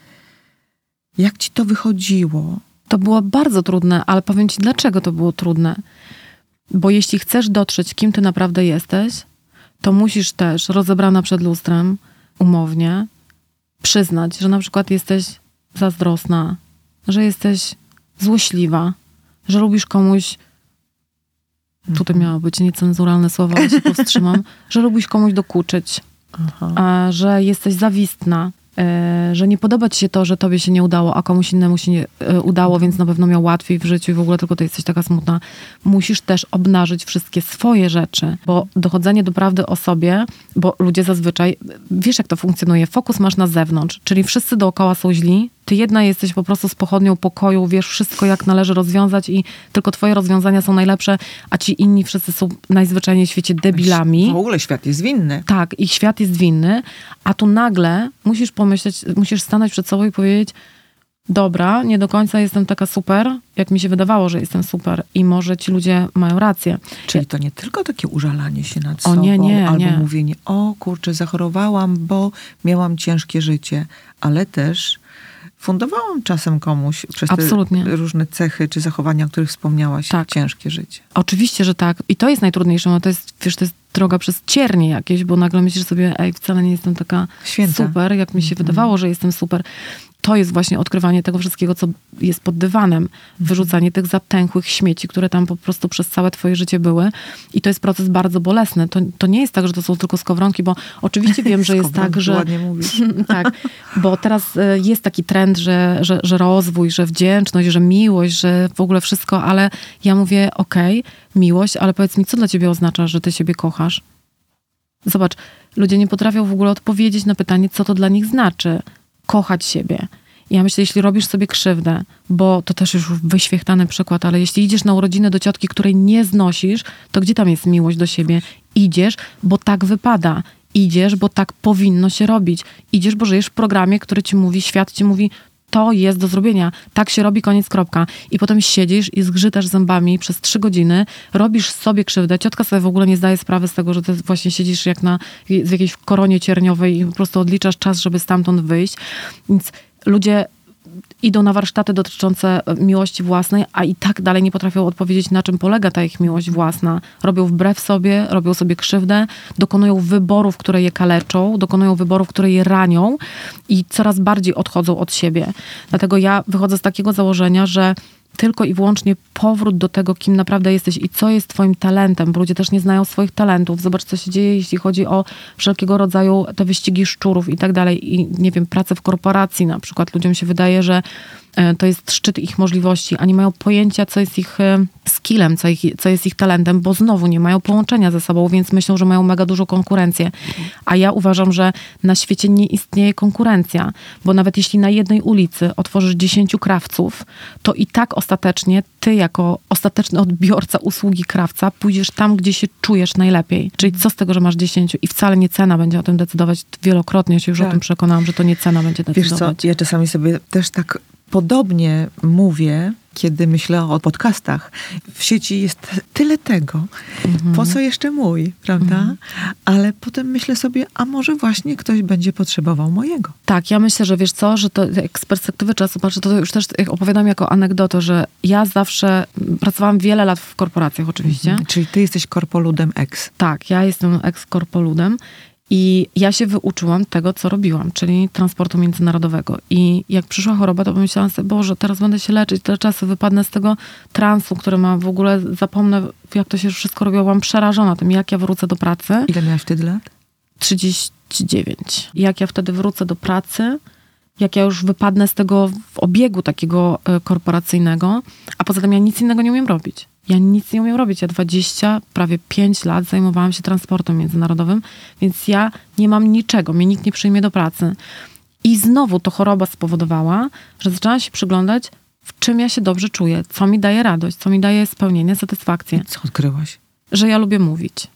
A: jak ci to wychodziło?
B: To było bardzo trudne, ale powiem ci, dlaczego to było trudne. Bo jeśli chcesz dotrzeć, kim ty naprawdę jesteś, to musisz też, rozebrana przed lustrem, umownie, przyznać, że na przykład jesteś zazdrosna, że jesteś złośliwa, że lubisz komuś, tutaj miało być niecenzuralne słowo, ale się powstrzymam, że lubisz komuś dokuczyć, a, że jesteś zawistna, że nie podoba ci się to, że tobie się nie udało, a komuś innemu się nie udało, więc na pewno miał łatwiej w życiu i w ogóle tylko ty jesteś taka smutna. Musisz też obnażyć wszystkie swoje rzeczy, bo dochodzenie do prawdy o sobie, bo ludzie zazwyczaj, wiesz jak to funkcjonuje, fokus masz na zewnątrz, czyli wszyscy dookoła są źli, ty jedna jesteś po prostu z pochodnią pokoju, wiesz wszystko jak należy rozwiązać i tylko twoje rozwiązania są najlepsze, a ci inni wszyscy są najzwyczajniej w świecie debilami.
A: W ogóle świat jest winny.
B: Tak, ich świat jest winny, a tu nagle musisz pomyśleć, musisz stanąć przed sobą i powiedzieć, dobra, nie do końca jestem taka super, jak mi się wydawało, że jestem super i może ci ludzie mają rację.
A: Czyli to nie tylko takie użalanie się nad
B: o,
A: sobą,
B: nie, nie,
A: albo
B: nie.
A: mówienie, o kurczę, zachorowałam, bo miałam ciężkie życie, ale też fundowałam czasem komuś przez
B: Absolutnie.
A: te różne cechy czy zachowania, o których wspomniałaś,
B: tak.
A: ciężkie życie.
B: Oczywiście, że tak. I to jest najtrudniejsze, no to jest, wiesz, to jest droga przez ciernie jakieś, bo nagle myślisz sobie, ej, wcale nie jestem taka
A: Święta.
B: super, jak mi się
A: mm.
B: wydawało, że jestem super. To jest właśnie odkrywanie tego wszystkiego, co jest pod dywanem. Wyrzucanie tych zatęchłych śmieci, które tam po prostu przez całe twoje życie były. I to jest proces bardzo bolesny. To, to nie jest tak, że to są tylko skowronki, bo oczywiście wiem, że jest tak, że...
A: ładnie mówisz.
B: Tak, bo teraz jest taki trend, że, że, że rozwój, że wdzięczność, że miłość, że w ogóle wszystko, ale ja mówię, okej, okay, miłość, ale powiedz mi, co dla ciebie oznacza, że ty siebie kochasz? Zobacz, ludzie nie potrafią w ogóle odpowiedzieć na pytanie, co to dla nich znaczy. Kochać siebie. Ja myślę, jeśli robisz sobie krzywdę, bo to też już wyświechtany przykład, ale jeśli idziesz na urodziny do ciotki, której nie znosisz, to gdzie tam jest miłość do siebie? Idziesz, bo tak wypada. Idziesz, bo tak powinno się robić. Idziesz, bo żyjesz w programie, który ci mówi, świat ci mówi, to jest do zrobienia. Tak się robi, koniec, kropka. I potem siedzisz i zgrzytasz zębami przez trzy godziny, robisz sobie krzywdę. Ciotka sobie w ogóle nie zdaje sprawy z tego, że ty właśnie siedzisz jak na w jakiejś koronie cierniowej i po prostu odliczasz czas, żeby stamtąd wyjść. Więc ludzie idą na warsztaty dotyczące miłości własnej, a i tak dalej nie potrafią odpowiedzieć, na czym polega ta ich miłość własna. Robią wbrew sobie, robią sobie krzywdę, dokonują wyborów, które je kaleczą, dokonują wyborów, które je ranią i coraz bardziej odchodzą od siebie. Dlatego ja wychodzę z takiego założenia, że tylko i wyłącznie powrót do tego, kim naprawdę jesteś i co jest twoim talentem, bo ludzie też nie znają swoich talentów. Zobacz, co się dzieje, jeśli chodzi o wszelkiego rodzaju te wyścigi szczurów i tak dalej. I nie wiem, pracę w korporacji na przykład. Ludziom się wydaje, że to jest szczyt ich możliwości, a nie mają pojęcia, co jest ich skillem, co, ich, co jest ich talentem, bo znowu nie mają połączenia ze sobą, więc myślą, że mają mega dużą konkurencję. A ja uważam, że na świecie nie istnieje konkurencja, bo nawet jeśli na jednej ulicy otworzysz dziesięciu krawców, to i tak ostatecznie ty jako ostateczny odbiorca usługi krawca pójdziesz tam, gdzie się czujesz najlepiej. Czyli co z tego, że masz dziesięciu i wcale nie cena będzie o tym decydować. Wielokrotnie się już tak. o tym przekonałam, że to nie cena będzie decydować.
A: Wiesz co, ja czasami sobie też tak podobnie mówię, kiedy myślę o podcastach. W sieci jest tyle tego, mhm. po co jeszcze mój, prawda? Mhm. Ale potem myślę sobie, a może właśnie ktoś będzie potrzebował mojego.
B: Tak, ja myślę, że wiesz co, że to jak z perspektywy czasu patrzę, to już też jak opowiadam jako anegdotę, że ja zawsze pracowałam wiele lat w korporacjach oczywiście.
A: Mhm. Czyli ty jesteś korpoludem ex.
B: Tak, ja jestem ex-korpoludem. I ja się wyuczyłam tego, co robiłam, czyli transportu międzynarodowego. I jak przyszła choroba, to pomyślałam sobie, Boże, teraz będę się leczyć, tyle czasu wypadnę z tego transu, który mam w ogóle, zapomnę, jak to się wszystko robiło. Byłam przerażona tym, jak ja wrócę do pracy.
A: Ile miałaś wtedy lat?
B: trzydzieści dziewięć. Jak ja wtedy wrócę do pracy, jak ja już wypadnę z tego w obiegu takiego korporacyjnego, a poza tym ja nic innego nie umiem robić. Ja nic nie umiem robić. Ja dwadzieścia, prawie pięć lat zajmowałam się transportem międzynarodowym, więc ja nie mam niczego. Mnie nikt nie przyjmie do pracy. I znowu to choroba spowodowała, że zaczęłam się przyglądać, w czym ja się dobrze czuję, co mi daje radość, co mi daje spełnienie, satysfakcję.
A: Co odkryłaś?
B: Że ja lubię mówić.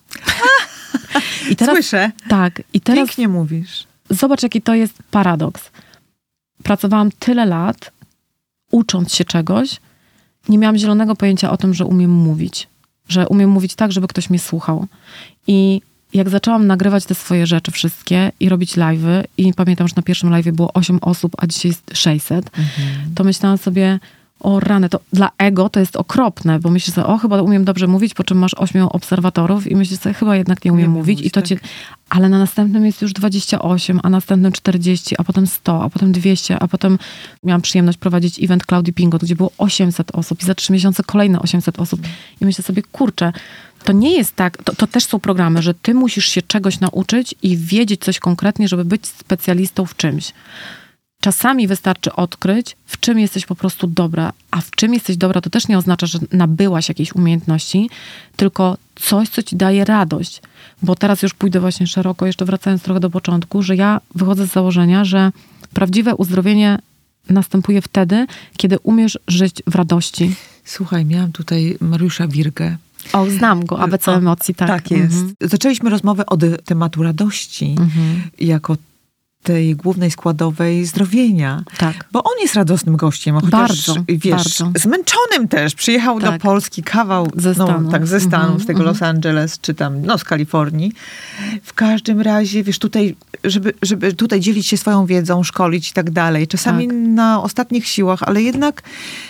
A: I teraz, Słyszę.
B: Tak. I teraz
A: pięknie mówisz.
B: Zobacz, jaki to jest paradoks. Pracowałam tyle lat, ucząc się czegoś, nie miałam zielonego pojęcia o tym, że umiem mówić. Że umiem mówić tak, żeby ktoś mnie słuchał. I jak zaczęłam nagrywać te swoje rzeczy wszystkie i robić live'y, i pamiętam, że na pierwszym live'ie było osiem osób, a dzisiaj jest sześćset, mhm. to myślałam sobie, o rany, to dla ego to jest okropne, bo myślisz sobie, o chyba umiem dobrze mówić, po czym masz ośmiu obserwatorów i myślisz sobie, chyba jednak nie umiem nie mówić. mówić. I to tak. cię... Ale na następnym jest już dwadzieścia osiem, a następnym czterdzieści, a potem sto, a potem dwieście, a potem miałam przyjemność prowadzić event Cloudy Pingot, gdzie było osiemset osób i za trzy miesiące kolejne osiemset osób. I myślę sobie, kurczę, to nie jest tak, to, to też są programy, że ty musisz się czegoś nauczyć i wiedzieć coś konkretnie, żeby być specjalistą w czymś. Czasami wystarczy odkryć, w czym jesteś po prostu dobra, a w czym jesteś dobra, to też nie oznacza, że nabyłaś jakiejś umiejętności, tylko coś, co ci daje radość. Bo teraz już pójdę właśnie szeroko, jeszcze wracając trochę do początku, że ja wychodzę z założenia, że prawdziwe uzdrowienie następuje wtedy, kiedy umiesz żyć w radości.
A: Słuchaj, miałam tutaj Mariusza Wirgę.
B: O, znam go, A B C emocji, tak.
A: Tak jest. Mhm. Zaczęliśmy rozmowę od tematu radości, mhm. jako tej głównej składowej zdrowienia.
B: Tak.
A: Bo on jest radosnym gościem, a chociaż,
B: bardzo,
A: wiesz, bardzo. zmęczonym też. Przyjechał tak. do Polski, kawał
B: ze Stanów,
A: no, tak, ze Stanów,
B: mm-hmm,
A: z tego
B: mm-hmm.
A: Los Angeles, czy tam, no z Kalifornii. W każdym razie, wiesz, tutaj, żeby, żeby tutaj dzielić się swoją wiedzą, szkolić i tak dalej. Czasami tak. na ostatnich siłach, ale jednak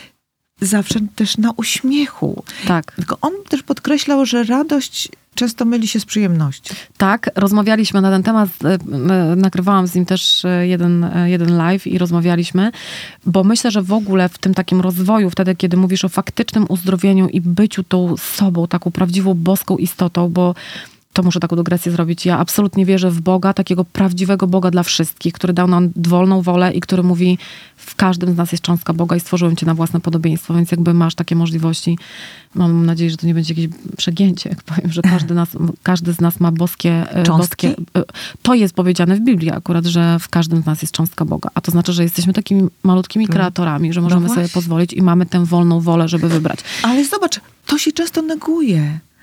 A: zawsze też na uśmiechu.
B: Tak.
A: Tylko on też podkreślał, że radość często myli się z przyjemnością.
B: Tak, rozmawialiśmy na ten temat, nagrywałam z nim też jeden, jeden live i rozmawialiśmy, bo myślę, że w ogóle w tym takim rozwoju, wtedy kiedy mówisz o faktycznym uzdrowieniu i byciu tą sobą, taką prawdziwą boską istotą, bo to muszę taką dygresję zrobić. Ja absolutnie wierzę w Boga, takiego prawdziwego Boga dla wszystkich, który dał nam dowolną wolę i który mówi, w każdym z nas jest cząstka Boga i stworzyłem cię na własne podobieństwo, więc jakby masz takie możliwości. Mam nadzieję, że to nie będzie jakieś przegięcie, jak powiem, że każdy, nas, każdy z nas ma boskie...
A: Cząstki?
B: Boskie, to jest powiedziane w Biblii akurat, że w każdym z nas jest cząstka Boga. A to znaczy, że jesteśmy takimi malutkimi kreatorami, że możemy no sobie pozwolić i mamy tę wolną wolę, żeby wybrać.
A: Ale zobacz, to się często neguje.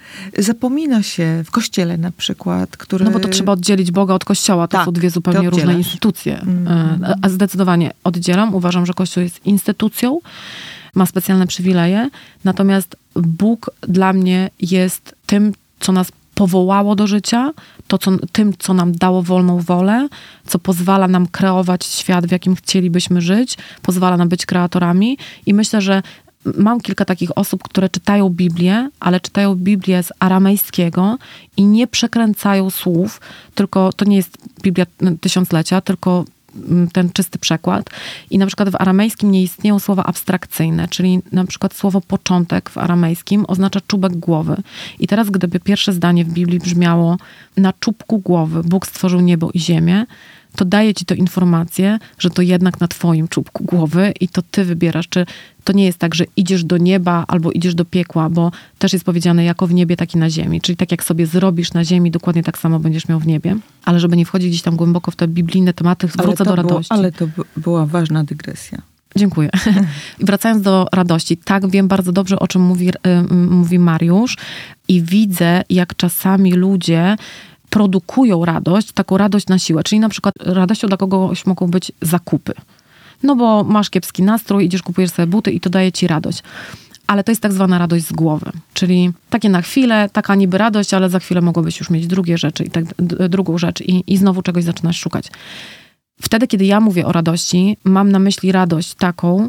A: Zapomina się w kościele na przykład, który...
B: No bo to trzeba oddzielić Boga od Kościoła. To
A: tak,
B: są dwie zupełnie różne instytucje. Mm. A zdecydowanie oddzielam. Uważam, że Kościół jest instytucją, ma specjalne przywileje. Natomiast Bóg dla mnie jest tym, co nas powołało do życia, to co, tym, co nam dało wolną wolę, co pozwala nam kreować świat, w jakim chcielibyśmy żyć, pozwala nam być kreatorami. I myślę, że mam kilka takich osób, które czytają Biblię, ale czytają Biblię z aramejskiego i nie przekręcają słów, tylko to nie jest Biblia tysiąclecia, tylko ten czysty przekład. I na przykład w aramejskim nie istnieją słowa abstrakcyjne, czyli na przykład słowo początek w aramejskim oznacza czubek głowy. I teraz gdyby pierwsze zdanie w Biblii brzmiało na czubku głowy Bóg stworzył niebo i ziemię, to daje ci to informację, że to jednak na twoim czubku głowy i to ty wybierasz, czy to nie jest tak, że idziesz do nieba albo idziesz do piekła, bo też jest powiedziane jako w niebie, tak i na ziemi. Czyli tak jak sobie zrobisz na ziemi, dokładnie tak samo będziesz miał w niebie. Ale żeby nie wchodzić gdzieś tam głęboko w te biblijne tematy, wrócę do radości.
A: Było, ale to była ważna dygresja.
B: Dziękuję. I wracając do radości. Tak, wiem bardzo dobrze, o czym mówi, mówi Mariusz i widzę, jak czasami ludzie produkują radość, taką radość na siłę. Czyli na przykład radością dla kogoś mogą być zakupy. No bo masz kiepski nastrój, idziesz, kupujesz sobie buty i to daje ci radość. Ale to jest tak zwana radość z głowy. Czyli takie na chwilę, taka niby radość, ale za chwilę mogłabyś już mieć drugie rzeczy i tak, d- drugą rzecz i, i znowu czegoś zaczynasz szukać. Wtedy, kiedy ja mówię o radości, mam na myśli radość taką,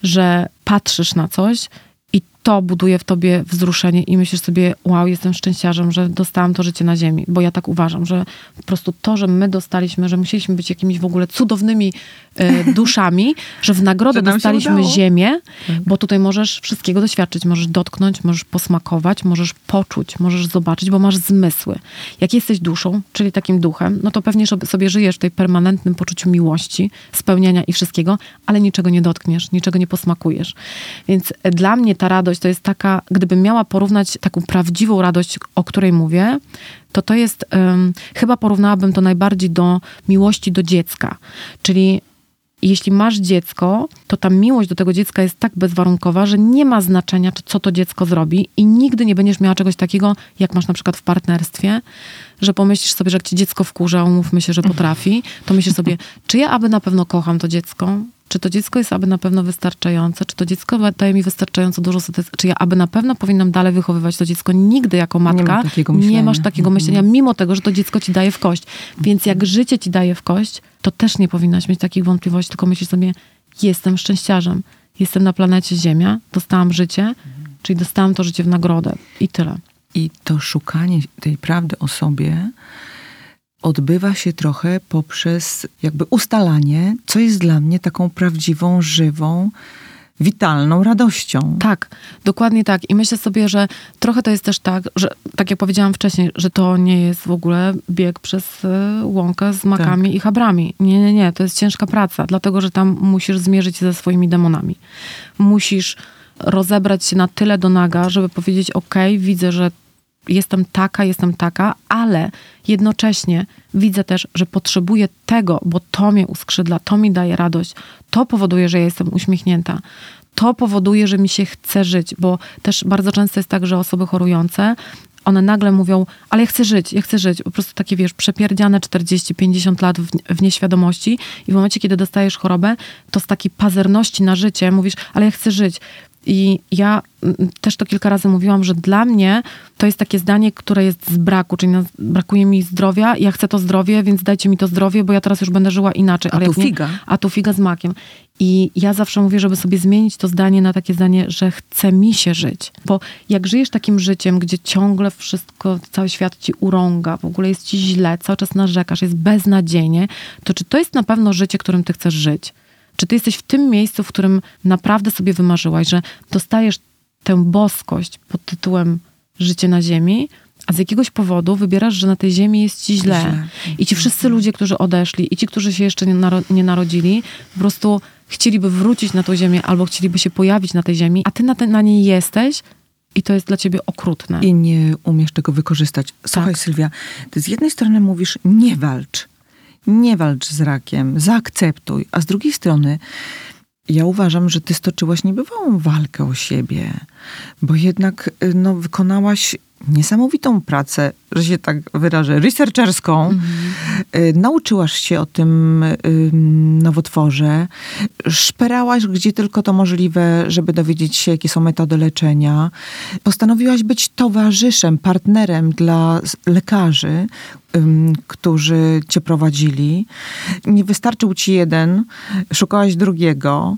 B: że patrzysz na coś i to buduje w tobie wzruszenie i myślisz sobie, wow, jestem szczęściarzem, że dostałam to życie na ziemi. Bo ja tak uważam, że po prostu to, że my dostaliśmy, że musieliśmy być jakimiś w ogóle cudownymi e, duszami, że w nagrodę dostaliśmy ziemię, tak. Bo tutaj możesz wszystkiego doświadczyć. Możesz dotknąć, możesz posmakować, możesz poczuć, możesz zobaczyć, bo masz zmysły. Jak jesteś duszą, czyli takim duchem, no to pewnie sobie żyjesz w tej permanentnym poczuciu miłości, spełniania i wszystkiego, ale niczego nie dotkniesz, niczego nie posmakujesz. Więc dla mnie ta radość to jest taka, gdybym miała porównać taką prawdziwą radość, o której mówię, to to jest, um, chyba porównałabym to najbardziej do miłości do dziecka. Czyli jeśli masz dziecko, to ta miłość do tego dziecka jest tak bezwarunkowa, że nie ma znaczenia, co to dziecko zrobi i nigdy nie będziesz miała czegoś takiego, jak masz na przykład w partnerstwie, że pomyślisz sobie, że jak ci dziecko wkurza, umówmy się, że potrafi, to myślisz sobie, czy ja aby na pewno kocham to dziecko? Czy to dziecko jest aby na pewno wystarczające? Czy to dziecko daje mi wystarczająco dużo satysfakcji? Czy ja aby na pewno powinnam dalej wychowywać to dziecko? Nigdy jako matka nie, nie masz takiego myślenia, mimo tego, że to dziecko ci daje w kość. Więc jak życie ci daje w kość, to też nie powinnaś mieć takich wątpliwości, tylko myślisz sobie, jestem szczęściarzem. Jestem na planecie Ziemia, dostałam życie, czyli dostałam to życie w nagrodę. I tyle.
A: I to szukanie tej prawdy o sobie odbywa się trochę poprzez jakby ustalanie, co jest dla mnie taką prawdziwą, żywą, witalną radością.
B: Tak, dokładnie tak. I myślę sobie, że trochę to jest też tak, że tak jak powiedziałam wcześniej, że to nie jest w ogóle bieg przez łąkę z makami tak. i chabrami. Nie, nie, nie. To jest ciężka praca, dlatego, że tam musisz zmierzyć się ze swoimi demonami. Musisz rozebrać się na tyle do naga, żeby powiedzieć, okej, okay, widzę, że jestem taka, jestem taka, ale jednocześnie widzę też, że potrzebuję tego, bo to mnie uskrzydla, to mi daje radość, to powoduje, że ja jestem uśmiechnięta, to powoduje, że mi się chce żyć, bo też bardzo często jest tak, że osoby chorujące, one nagle mówią, ale ja chcę żyć, ja chcę żyć. Po prostu takie, wiesz, przepierdziane czterdzieści pięćdziesiąt lat w, w nieświadomości i w momencie, kiedy dostajesz chorobę, to z takiej pazerności na życie mówisz, ale ja chcę żyć. I ja też to kilka razy mówiłam, że dla mnie to jest takie zdanie, które jest z braku, czyli brakuje mi zdrowia, ja chcę to zdrowie, więc dajcie mi to zdrowie, bo ja teraz już będę żyła inaczej.
A: A
B: ale
A: tu figa.
B: Nie, a tu figa z makiem. I ja zawsze mówię, żeby sobie zmienić to zdanie na takie zdanie, że chce mi się żyć. Bo jak żyjesz takim życiem, gdzie ciągle wszystko, cały świat ci urąga, w ogóle jest ci źle, cały czas narzekasz, jest beznadziejnie, to czy to jest na pewno życie, którym ty chcesz żyć? Czy ty jesteś w tym miejscu, w którym naprawdę sobie wymarzyłaś, że dostajesz tę boskość pod tytułem życie na ziemi, a z jakiegoś powodu wybierasz, że na tej ziemi jest ci źle. źle. I ci wszyscy ludzie, którzy odeszli i ci, którzy się jeszcze nie, naro- nie narodzili, po prostu chcieliby wrócić na tą ziemię albo chcieliby się pojawić na tej ziemi, a ty na, te, na niej jesteś i to jest dla ciebie okrutne.
A: I nie umiesz tego wykorzystać. Słuchaj, tak. Sylwia, ty z jednej strony mówisz, nie walcz. Nie walcz z rakiem, zaakceptuj. A z drugiej strony ja uważam, że ty stoczyłaś niebywałą walkę o siebie, bo jednak no, wykonałaś niesamowitą pracę, że się tak wyrażę, researcherską. Mm-hmm. Nauczyłaś się o tym nowotworze. Szperałaś, gdzie tylko to możliwe, żeby dowiedzieć się, jakie są metody leczenia. Postanowiłaś być towarzyszem, partnerem dla lekarzy, którzy cię prowadzili. Nie wystarczył ci jeden, szukałaś drugiego.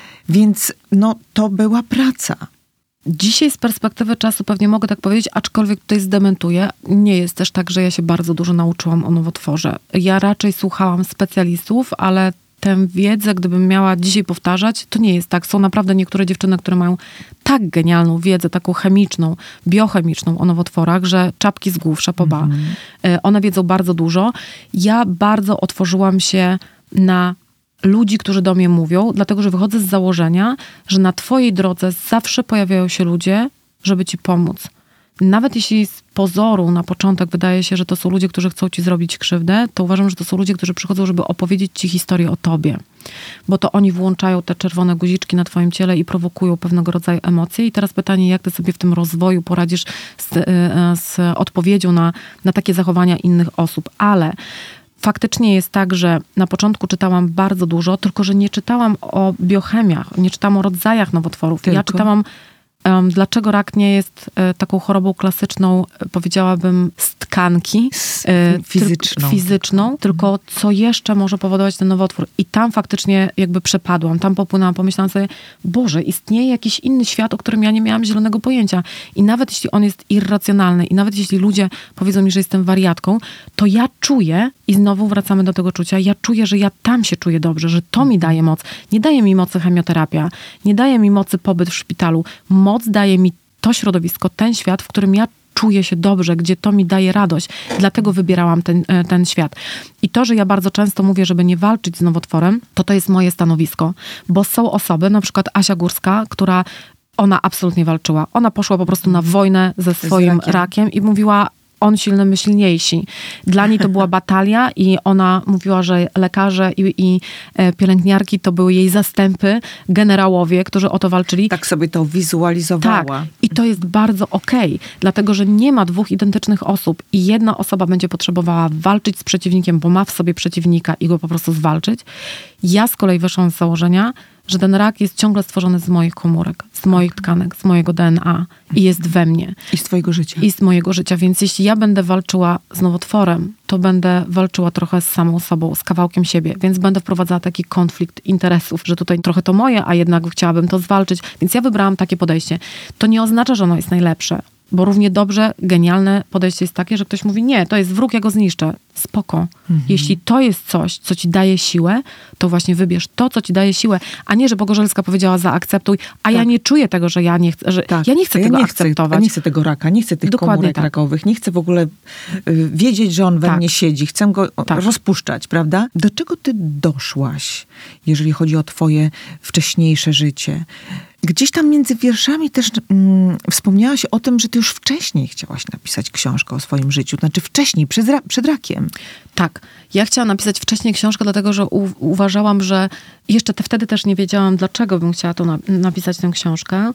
A: Więc no, to była praca.
B: Dzisiaj z perspektywy czasu pewnie mogę tak powiedzieć, aczkolwiek tutaj zdementuję. Nie jest też tak, że ja się bardzo dużo nauczyłam o nowotworze. Ja raczej słuchałam specjalistów, ale tę wiedzę, gdybym miała dzisiaj powtarzać, to nie jest tak. Są naprawdę niektóre dziewczyny, które mają tak genialną wiedzę, taką chemiczną, biochemiczną o nowotworach, że czapki z głów, szapoba. Mm-hmm. One wiedzą bardzo dużo. Ja bardzo otworzyłam się na ludzi, którzy do mnie mówią, dlatego, że wychodzę z założenia, że na twojej drodze zawsze pojawiają się ludzie, żeby ci pomóc. Nawet jeśli z pozoru na początek wydaje się, że to są ludzie, którzy chcą ci zrobić krzywdę, to uważam, że to są ludzie, którzy przychodzą, żeby opowiedzieć ci historię o tobie. Bo to oni włączają te czerwone guziczki na twoim ciele i prowokują pewnego rodzaju emocje. I teraz pytanie, jak ty sobie w tym rozwoju poradzisz z, z odpowiedzią na, na takie zachowania innych osób. Ale faktycznie jest tak, że na początku czytałam bardzo dużo, tylko że nie czytałam o biochemiach, nie czytałam o rodzajach nowotworów. Tylko? Ja czytałam, um, dlaczego rak nie jest e, taką chorobą klasyczną, powiedziałabym, z tkanki.
A: E, fizyczną.
B: Tyl, fizyczną, tylko co jeszcze może powodować ten nowotwór. I tam faktycznie jakby przepadłam, tam popłynęłam, pomyślałam sobie, Boże, istnieje jakiś inny świat, o którym ja nie miałam zielonego pojęcia. I nawet jeśli on jest irracjonalny i nawet jeśli ludzie powiedzą mi, że jestem wariatką, to ja czuję, i znowu wracamy do tego czucia, ja czuję, że ja tam się czuję dobrze, że to mi daje moc. Nie daje mi mocy chemioterapia, nie daje mi mocy pobyt w szpitalu. Moc daje mi to środowisko, ten świat, w którym ja czuję się dobrze, gdzie to mi daje radość. Dlatego wybierałam ten, ten świat. I to, że ja bardzo często mówię, żeby nie walczyć z nowotworem, to to jest moje stanowisko. Bo są osoby, na przykład Asia Górska, która ona absolutnie walczyła. Ona poszła po prostu na wojnę ze swoim rakiem. rakiem i mówiła, on silny, my silniejsi. Dla niej to była batalia i ona mówiła, że lekarze i, i pielęgniarki to były jej zastępy, generałowie, którzy o to walczyli.
A: Tak sobie to wizualizowała.
B: Tak. I to jest bardzo okej, okay, dlatego, że nie ma dwóch identycznych osób i jedna osoba będzie potrzebowała walczyć z przeciwnikiem, bo ma w sobie przeciwnika i go po prostu zwalczyć. Ja z kolei wyszłam z założenia, że ten rak jest ciągle stworzony z moich komórek, z moich tkanek, z mojego D N A i jest we mnie.
A: I z twojego życia.
B: I z mojego życia, więc jeśli ja będę walczyła z nowotworem, to będę walczyła trochę z samą sobą, z kawałkiem siebie, więc będę wprowadzała taki konflikt interesów, że tutaj trochę to moje, a jednak chciałabym to zwalczyć, więc ja wybrałam takie podejście. To nie oznacza, że ono jest najlepsze, bo równie dobrze, genialne podejście jest takie, że ktoś mówi, nie, to jest wróg, ja go zniszczę. Spoko. Mhm. Jeśli to jest coś, co ci daje siłę, to właśnie wybierz to, co ci daje siłę, a nie, że Pogorzelska powiedziała zaakceptuj, a tak. ja nie czuję tego, że ja nie chcę, że tak. ja nie chcę ja tego nie akceptować.
A: Chcę, nie chcę tego raka, nie chcę tych Dokładnie komórek tak. rakowych, nie chcę w ogóle y, wiedzieć, że on we tak. mnie siedzi, chcę go tak. rozpuszczać, prawda? Do czego ty doszłaś, jeżeli chodzi o twoje wcześniejsze życie? Gdzieś tam między wierszami też mm, wspomniałaś o tym, że ty już wcześniej chciałaś napisać książkę o swoim życiu. Znaczy wcześniej, przed, ra- przed rakiem.
B: Tak. Ja chciałam napisać wcześniej książkę, dlatego że u- uważałam, że jeszcze te, wtedy też nie wiedziałam, dlaczego bym chciała to na- napisać tę książkę.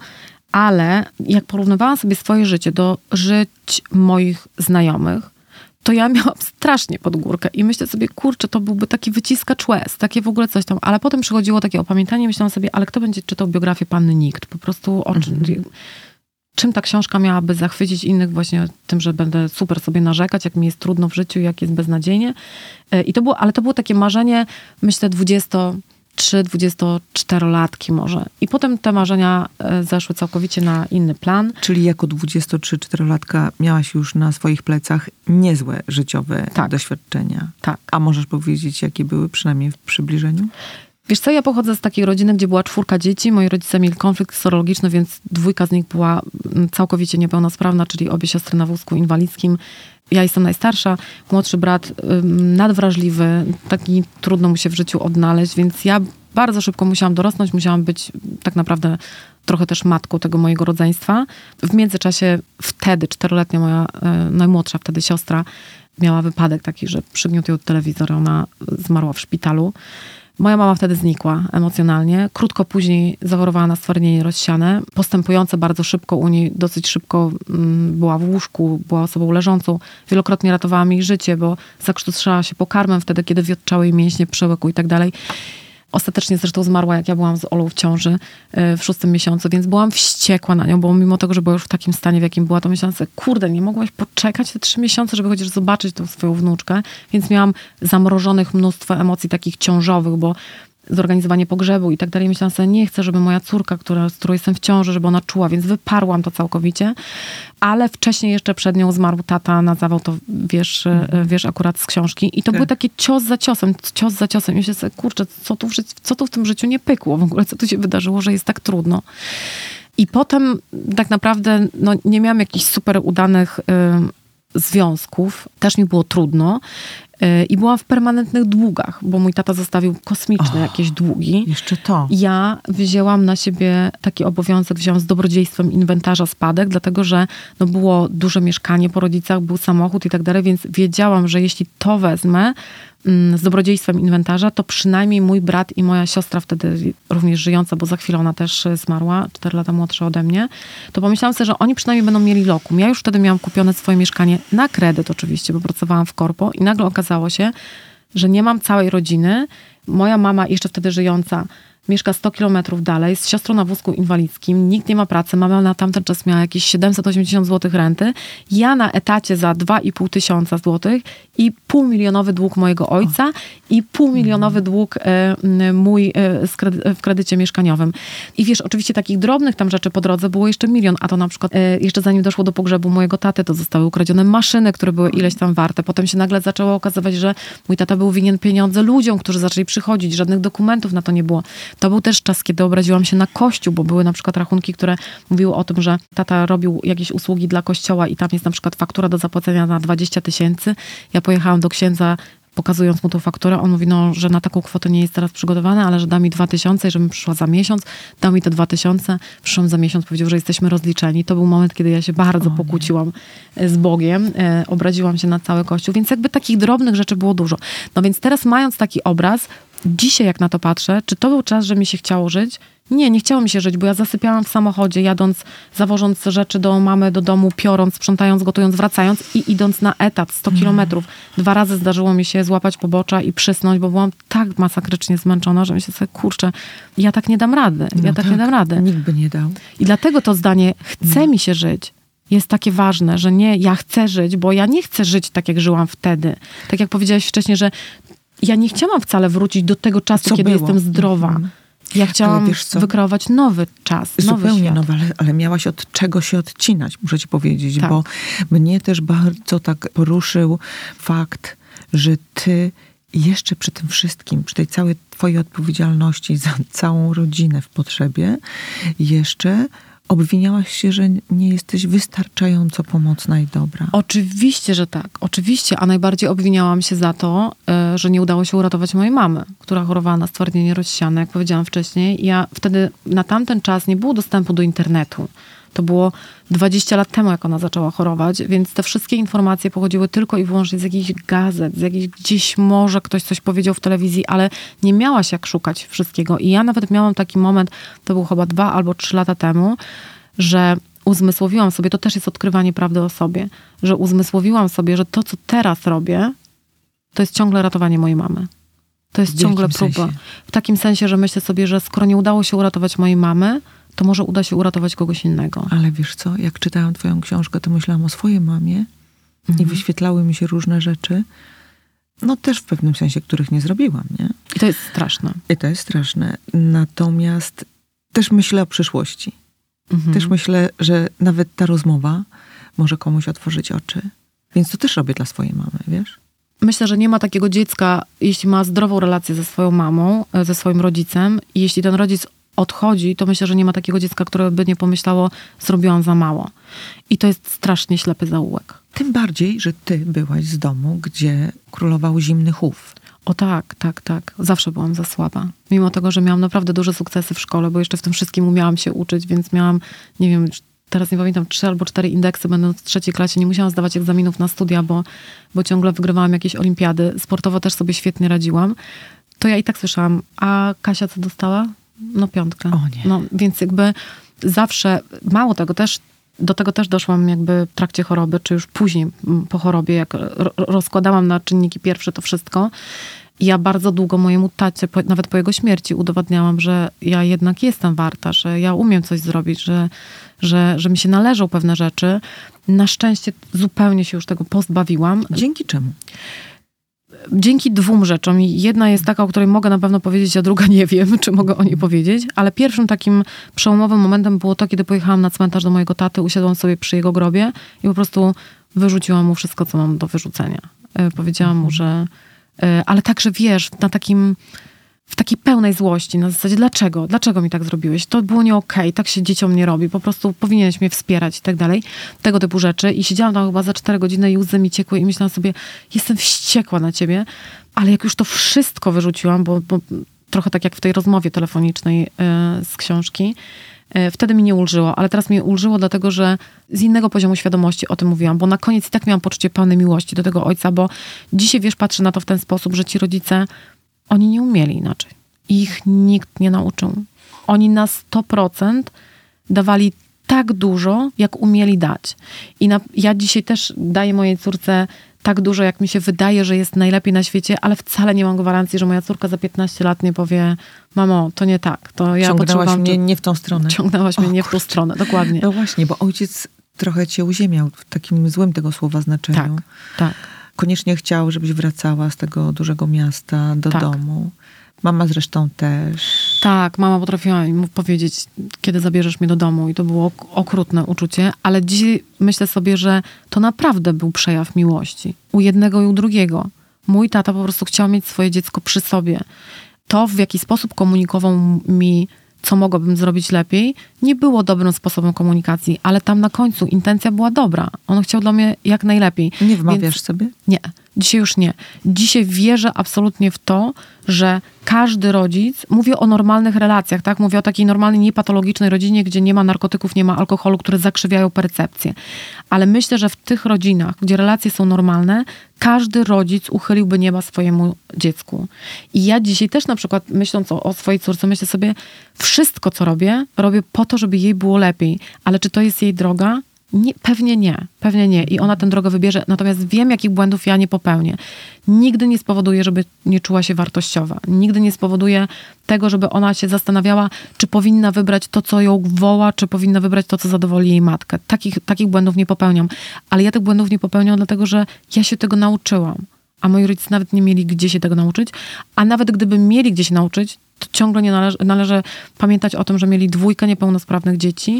B: Ale jak porównywałam sobie swoje życie do żyć moich znajomych, to ja miałam strasznie pod górkę i myślę sobie, kurczę, to byłby taki wyciskacz łez, takie w ogóle coś tam. Ale potem przychodziło takie opamiętanie i myślałam sobie, ale kto będzie czytał biografię Panny Nikt? Po prostu o czym, mm-hmm. czym ta książka miałaby zachwycić innych właśnie tym, że będę super sobie narzekać, jak mi jest trudno w życiu, jak jest beznadziejnie. I to było, ale to było takie marzenie, myślę, dwudziesto trzy, dwudziestoczterolatki może. I potem te marzenia zeszły całkowicie na inny plan.
A: Czyli jako dwudziesto trzy czterolatka miałaś już na swoich plecach niezłe życiowe tak. doświadczenia.
B: Tak.
A: A możesz powiedzieć, jakie były, przynajmniej w przybliżeniu?
B: Wiesz co, ja pochodzę z takiej rodziny, gdzie była czwórka dzieci. Moi rodzice mieli konflikt serologiczny, więc dwójka z nich była całkowicie niepełnosprawna, czyli obie siostry na wózku inwalidzkim. Ja jestem najstarsza, młodszy brat ym, nadwrażliwy, taki trudno mu się w życiu odnaleźć, więc ja bardzo szybko musiałam dorosnąć, musiałam być tak naprawdę trochę też matką tego mojego rodzeństwa. W międzyczasie wtedy, czteroletnia moja y, najmłodsza wtedy siostra miała wypadek taki, że przygniótł ją telewizor, ona zmarła w szpitalu. Moja mama wtedy znikła emocjonalnie. Krótko później zachorowała na stwardnienie rozsiane, postępujące bardzo szybko u niej, dosyć szybko mm, była w łóżku, była osobą leżącą. Wielokrotnie ratowała mi życie, bo zakrztuszała się pokarmem wtedy, kiedy wiotczały jej mięśnie przełyku i tak dalej. Ostatecznie zresztą zmarła, jak ja byłam z Olą w ciąży w szóstym miesiącu, więc byłam wściekła na nią, bo mimo tego, że była już w takim stanie, w jakim była, to myślałam sobie, kurde, nie mogłaś poczekać te trzy miesiące, żeby chociaż zobaczyć tą swoją wnuczkę. Więc miałam zamrożonych mnóstwo emocji takich ciążowych, bo zorganizowanie pogrzebu i tak dalej. Myślałam sobie, nie chcę, żeby moja córka, która, z którą jestem w ciąży, żeby ona czuła, więc wyparłam to całkowicie. Ale wcześniej jeszcze przed nią zmarł tata na zawał, to wiesz, mhm. wiesz akurat z książki. I to tak. były takie cios za ciosem, cios za ciosem. I myślę sobie, kurczę, co tu, w życiu, co tu w tym życiu nie pykło w ogóle? Co tu się wydarzyło, że jest tak trudno? I potem tak naprawdę no, nie miałam jakichś super udanych y, związków. Też mi było trudno. I byłam w permanentnych długach, bo mój tata zostawił kosmiczne oh, jakieś długi.
A: Jeszcze to.
B: Ja wzięłam na siebie taki obowiązek, wziąłam z dobrodziejstwem inwentarza spadek, dlatego że no było duże mieszkanie po rodzicach, był samochód i tak dalej, więc wiedziałam, że jeśli to wezmę z dobrodziejstwem inwentarza, to przynajmniej mój brat i moja siostra wtedy również żyjąca, bo za chwilę ona też zmarła, cztery lata młodsza ode mnie, to pomyślałam sobie, że oni przynajmniej będą mieli lokum. Ja już wtedy miałam kupione swoje mieszkanie na kredyt oczywiście, bo pracowałam w korpo i nagle okazało się, że nie mam całej rodziny. Moja mama, jeszcze wtedy żyjąca, mieszka sto kilometrów dalej, z siostrą na wózku inwalidzkim, nikt nie ma pracy, mama na tamten czas miała jakieś siedemset osiemdziesiąt złotych renty, ja na etacie za dwa i pół tysiąca złotych i półmilionowy dług mojego ojca i półmilionowy dług y, mój y, z kredy, w kredycie mieszkaniowym. I wiesz, oczywiście takich drobnych tam rzeczy po drodze było jeszcze milion, a to na przykład y, jeszcze zanim doszło do pogrzebu mojego taty, to zostały ukradzione maszyny, które były ileś tam warte. Potem się nagle zaczęło okazywać, że mój tata był winien pieniądze ludziom, którzy zaczęli przychodzić, żadnych dokumentów na to nie było. To był też czas, kiedy obraziłam się na Kościół, bo były na przykład rachunki, które mówiły o tym, że tata robił jakieś usługi dla Kościoła i tam jest na przykład faktura do zapłacenia na dwadzieścia tysięcy. Ja pojechałam do księdza, pokazując mu tą fakturę. On mówi, no, że na taką kwotę nie jest teraz przygotowany, ale że da mi dwa tysiące i żebym przyszła za miesiąc. Dał mi te dwa tysiące. Przyszłam za miesiąc, powiedział, że jesteśmy rozliczeni. To był moment, kiedy ja się bardzo o, pokłóciłam nie. z Bogiem. E, obraziłam się na cały Kościół. Więc jakby takich drobnych rzeczy było dużo. No więc teraz mając taki obraz, dzisiaj jak na to patrzę, czy to był czas, że mi się chciało żyć? Nie, nie chciało mi się żyć, bo ja zasypiałam w samochodzie, jadąc, zawożąc rzeczy do mamy, do domu, piorąc, sprzątając, gotując, wracając i idąc na etat sto kilometrów. Dwa razy zdarzyło mi się złapać pobocza i przysnąć, bo byłam tak masakrycznie zmęczona, że myślę sobie, kurczę, ja tak nie dam rady. Ja no tak, tak nie dam rady.
A: Nikt by nie dał.
B: I dlatego to zdanie, chce no. mi się żyć, jest takie ważne, że nie, ja chcę żyć, bo ja nie chcę żyć tak, jak żyłam wtedy. Tak jak powiedziałaś wcześniej, że ja nie chciałam wcale wrócić do tego czasu, Co kiedy było? jestem zdrowa. Mhm. Ja chciałam wykreować nowy czas,
A: Zupełnie
B: nowy świat.
A: nowy, ale, ale miałaś od czego się odcinać, muszę ci powiedzieć,
B: tak.
A: bo mnie też bardzo tak poruszył fakt, że ty jeszcze przy tym wszystkim, przy tej całej twojej odpowiedzialności za całą rodzinę w potrzebie, jeszcze obwiniałaś się, że nie jesteś wystarczająco pomocna i dobra.
B: Oczywiście, że tak. Oczywiście, a najbardziej obwiniałam się za to, że nie udało się uratować mojej mamy, która chorowała na stwardnienie rozsiane, jak powiedziałam wcześniej. Ja wtedy, na tamten czas nie było dostępu do internetu. To było dwadzieścia lat temu, jak ona zaczęła chorować, więc te wszystkie informacje pochodziły tylko i wyłącznie z jakichś gazet, z jakichś, gdzieś może ktoś coś powiedział w telewizji, ale nie miałaś jak szukać wszystkiego. I ja nawet miałam taki moment, to był chyba dwa albo trzy lata temu, że uzmysłowiłam sobie, to też jest odkrywanie prawdy o sobie, że uzmysłowiłam sobie, że to, co teraz robię, to jest ciągle ratowanie mojej mamy. To jest
A: w
B: ciągle próba.
A: Sensie?
B: W takim sensie, że myślę sobie, że skoro nie udało się uratować mojej mamy, to może uda się uratować kogoś innego.
A: Ale wiesz co, jak czytałam twoją książkę, to myślałam o swojej mamie mhm. i wyświetlały mi się różne rzeczy, no też w pewnym sensie, których nie zrobiłam, nie?
B: I to jest straszne.
A: I to jest straszne. Natomiast też myślę o przyszłości. Mhm. Też myślę, że nawet ta rozmowa może komuś otworzyć oczy. Więc to też robię dla swojej mamy, wiesz?
B: Myślę, że nie ma takiego dziecka, jeśli ma zdrową relację ze swoją mamą, ze swoim rodzicem i jeśli ten rodzic odchodzi, to myślę, że nie ma takiego dziecka, które by nie pomyślało, zrobiłam za mało. I to jest strasznie ślepy zaułek.
A: Tym bardziej, że ty byłaś z domu, gdzie królował zimny chów.
B: O tak, tak, tak. Zawsze byłam za słaba. Mimo tego, że miałam naprawdę duże sukcesy w szkole, bo jeszcze w tym wszystkim umiałam się uczyć, więc miałam, nie wiem, teraz nie pamiętam, trzy albo cztery indeksy, będąc w trzeciej klasie. Nie musiałam zdawać egzaminów na studia, bo, bo ciągle wygrywałam jakieś olimpiady. Sportowo też sobie świetnie radziłam. to ja i tak słyszałam, a Kasia co dostała? No piątkę.
A: O nie.
B: No, więc jakby zawsze, mało tego też, do tego też doszłam jakby w trakcie choroby, czy już później po chorobie, jak ro- rozkładałam na czynniki pierwsze to wszystko. I ja bardzo długo mojemu tacie, po, nawet po jego śmierci udowadniałam, że ja jednak jestem warta, że ja umiem coś zrobić, że, że, że mi się należą pewne rzeczy. Na szczęście zupełnie się już tego pozbawiłam.
A: Dzięki czemu?
B: Dzięki dwóm rzeczom. Jedna jest taka, o której mogę na pewno powiedzieć, a druga nie wiem, czy mogę o niej powiedzieć. Ale pierwszym takim przełomowym momentem było to, kiedy pojechałam na cmentarz do mojego taty, usiadłam sobie przy jego grobie i po prostu wyrzuciłam mu wszystko, co mam do wyrzucenia. Powiedziałam mu, że... Ale także, wiesz, na takim... w takiej pełnej złości, na zasadzie dlaczego? Dlaczego mi tak zrobiłeś? To było nie okej, tak się dzieciom nie robi, po prostu powinieneś mnie wspierać i tak dalej. Tego typu rzeczy. I siedziałam tam chyba za cztery godziny i łzy mi ciekły i myślałam sobie, jestem wściekła na ciebie, ale jak już to wszystko wyrzuciłam, bo, bo trochę tak jak w tej rozmowie telefonicznej yy, z książki, yy, wtedy mi nie ulżyło, ale teraz mi ulżyło dlatego, że z innego poziomu świadomości o tym mówiłam, bo na koniec i tak miałam poczucie pełnej miłości do tego ojca, bo dzisiaj, wiesz, patrzę na to w ten sposób, że ci rodzice oni nie umieli inaczej. Ich nikt nie nauczył. Oni na sto procent dawali tak dużo, jak umieli dać. I na, ja dzisiaj też daję mojej córce tak dużo, jak mi się wydaje, że jest najlepiej na świecie, ale wcale nie mam gwarancji, że moja córka za piętnaście lat nie powie, mamo, to nie tak. To ja
A: Ciągnęłaś mnie nie w tą stronę.
B: Ciągnęłaś mnie
A: o,
B: nie w tą stronę, dokładnie.
A: No właśnie, bo ojciec trochę cię uziemiał w takim złym tego słowa znaczeniu.
B: Tak, tak.
A: Koniecznie chciał, żebyś wracała z tego dużego miasta do
B: tak.
A: domu. Mama zresztą też.
B: Tak, mama potrafiła mi powiedzieć, kiedy zabierzesz mnie do domu i to było ok- okrutne uczucie, ale dzisiaj myślę sobie, że to naprawdę był przejaw miłości. U jednego i u drugiego. Mój tata po prostu chciał mieć swoje dziecko przy sobie. To, w jaki sposób komunikował mi, co mogłabym zrobić lepiej, nie było dobrym sposobem komunikacji, ale tam na końcu intencja była dobra. On chciał dla mnie jak najlepiej.
A: Nie wmawiasz
B: Więc
A: sobie?
B: Nie. Dzisiaj już nie. Dzisiaj wierzę absolutnie w to, że każdy rodzic, mówię o normalnych relacjach, tak? Mówię o takiej normalnej, niepatologicznej rodzinie, gdzie nie ma narkotyków, nie ma alkoholu, które zakrzywiają percepcję. Ale myślę, że w tych rodzinach, gdzie relacje są normalne, każdy rodzic uchyliłby nieba swojemu dziecku. I ja dzisiaj też na przykład, myśląc o, o swojej córce, myślę sobie, wszystko, co robię, robię po to, żeby jej było lepiej. Ale czy to jest jej droga? Nie, pewnie nie, pewnie nie. I ona tę drogę wybierze. Natomiast wiem, jakich błędów ja nie popełnię. Nigdy nie spowoduje, żeby nie czuła się wartościowa. Nigdy nie spowoduje tego, żeby ona się zastanawiała, czy powinna wybrać to, co ją woła, czy powinna wybrać to, co zadowoli jej matkę. Takich, takich błędów nie popełniam. Ale ja tych błędów nie popełniam, dlatego że ja się tego nauczyłam. A moi rodzice nawet nie mieli gdzie się tego nauczyć. A nawet gdyby mieli gdzie się nauczyć, to ciągle nie należy, należy pamiętać o tym, że mieli dwójkę niepełnosprawnych dzieci,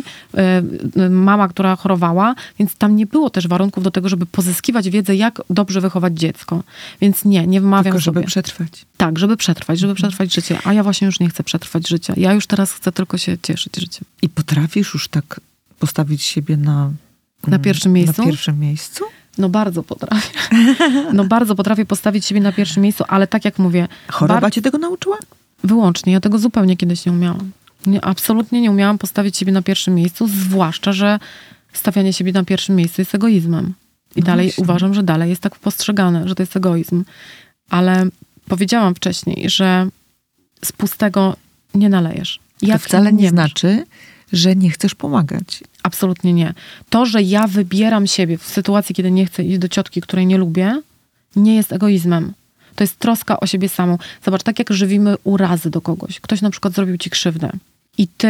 B: yy, mama, która chorowała, więc tam nie było też warunków do tego, żeby pozyskiwać wiedzę, jak dobrze wychować dziecko. Więc nie, nie wmawiam
A: Tylko żeby
B: sobie.
A: przetrwać.
B: Tak, żeby przetrwać, żeby przetrwać życie. A ja właśnie już nie chcę przetrwać życia. Ja już teraz chcę tylko się cieszyć życiem.
A: I potrafisz już tak postawić siebie na...
B: Na pierwszym miejscu?
A: Na pierwszym miejscu?
B: No bardzo potrafię. No bardzo potrafię postawić siebie na pierwszym miejscu, ale tak jak mówię...
A: Choroba
B: bar-
A: cię tego nauczyła?
B: Wyłącznie. Ja tego zupełnie kiedyś nie umiałam. Nie, absolutnie nie umiałam postawić siebie na pierwszym miejscu, zwłaszcza, że stawianie siebie na pierwszym miejscu jest egoizmem. I
A: No
B: dalej
A: właśnie.
B: uważam, że dalej jest tak postrzegane, że to jest egoizm. Ale powiedziałam wcześniej, że z pustego nie nalejesz.
A: To wcale nie,
B: nie masz.
A: znaczy, że nie chcesz pomagać.
B: Absolutnie nie. To, że ja wybieram siebie w sytuacji, kiedy nie chcę iść do ciotki, której nie lubię, nie jest egoizmem. To jest troska o siebie samą. Zobacz, tak jak żywimy urazy do kogoś. Ktoś na przykład zrobił ci krzywdę i ty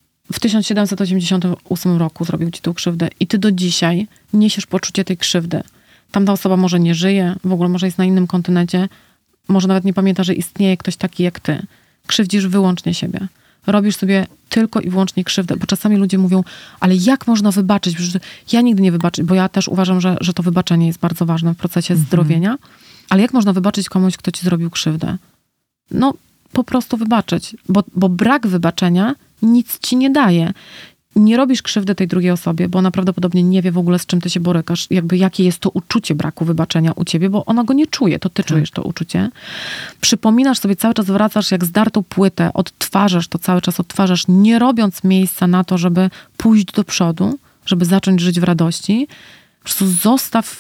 B: w tysiąc siedemset osiemdziesiątym ósmym roku zrobił ci tą krzywdę i ty do dzisiaj niesiesz poczucie tej krzywdy. Tamta osoba może nie żyje, w ogóle może jest na innym kontynencie, może nawet nie pamięta, że istnieje ktoś taki jak ty. Krzywdzisz wyłącznie siebie. Robisz sobie tylko i wyłącznie krzywdę, bo czasami ludzie mówią, ale jak można wybaczyć? Przecież ja nigdy nie wybaczę, bo ja też uważam, że, że to wybaczenie jest bardzo ważne w procesie
A: Mhm.
B: zdrowienia. Ale jak można wybaczyć komuś, kto ci zrobił krzywdę? No, po prostu wybaczyć. Bo, bo brak wybaczenia nic ci nie daje. Nie robisz krzywdy tej drugiej osobie, bo ona prawdopodobnie nie wie w ogóle, z czym ty się borykasz. Jakby jakie jest to uczucie braku wybaczenia u ciebie, bo ona go nie czuje. To ty
A: tak.
B: czujesz to uczucie. Przypominasz sobie, cały czas wracasz jak zdartą płytę, odtwarzasz to, cały czas odtwarzasz, nie robiąc miejsca na to, żeby pójść do przodu, żeby zacząć żyć w radości. Po prostu zostaw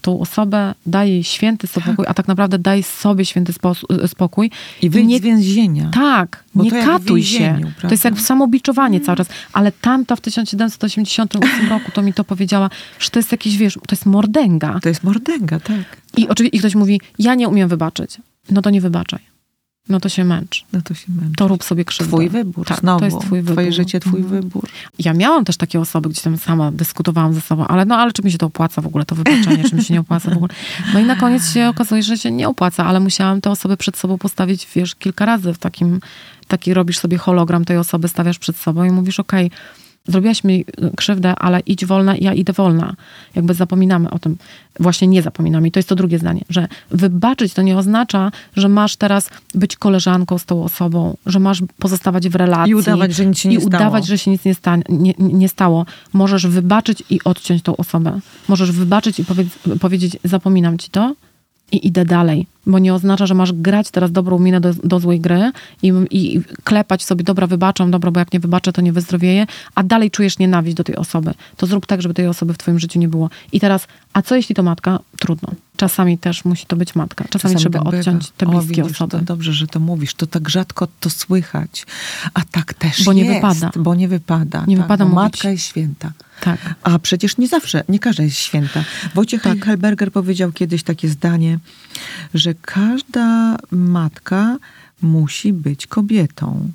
B: tą osobę, daj jej święty spokój, a tak naprawdę daj sobie święty spo- spokój.
A: I wyjdź
B: nie,
A: z więzienia.
B: Tak,
A: Bo
B: nie
A: to jak w
B: katuj
A: więzieniu,
B: się.
A: prawda?
B: To jest jak samobiczowanie cały czas. Ale tamta w tysiąc siedemset osiemdziesiątym ósmym roku to mi to powiedziała, że to jest jakiś, wiesz, to jest mordęga.
A: To jest mordęga, tak.
B: I oczywiście i ktoś mówi, ja nie umiem wybaczyć. No to nie wybaczaj. No to się męcz.
A: No to się męczy.
B: To rób sobie krzywdę.
A: Twój wybór.
B: Tak,
A: Znowu.
B: to jest twój wybór.
A: Twoje życie, twój
B: Mhm.
A: wybór.
B: Ja miałam też takie osoby, gdzie tam sama dyskutowałam ze sobą, ale no ale czy mi się to opłaca w ogóle, to wybaczenie, czy mi się nie opłaca w ogóle. No i na koniec się okazuje, że się nie opłaca, ale musiałam te osoby przed sobą postawić, wiesz, kilka razy w takim, taki robisz sobie hologram tej osoby, stawiasz przed sobą i mówisz, okej, okay, zrobiłaś mi krzywdę, ale idź wolna, ja idę wolna. Jakby zapominamy o tym. Właśnie nie zapominamy. I to jest to drugie zdanie, że wybaczyć to nie oznacza, że masz teraz być koleżanką z tą osobą, że masz pozostawać w relacji.
A: I udawać, że nic się nie
B: I
A: stało.
B: udawać, że się nic nie, sta- nie, nie stało. Możesz wybaczyć i odciąć tą osobę. Możesz wybaczyć i powiedz, powiedzieć, zapominam ci to i idę dalej. Bo nie oznacza, że masz grać teraz dobrą minę do, do złej gry i, i klepać sobie, dobra, wybaczam, dobra, bo jak nie wybaczę, to nie wyzdrowieję, a dalej czujesz nienawiść do tej osoby. To zrób tak, żeby tej osoby w twoim życiu nie było. I teraz, a co jeśli to matka? Trudno. Czasami też musi to być matka. Czasami, Czasami trzeba
A: tak
B: odciąć te
A: o,
B: bliskie
A: widzisz,
B: osoby.
A: To dobrze, że to mówisz. To tak rzadko to słychać. A tak też
B: Bo nie
A: jest.
B: wypada.
A: Bo nie wypada.
B: Nie
A: tak,
B: wypada
A: bo
B: mówić.
A: matka jest święta.
B: Tak.
A: A przecież nie zawsze, nie każda jest święta. Wojciech
B: Tak.
A: Heidelberger powiedział kiedyś takie zdanie, że każda matka musi być kobietą,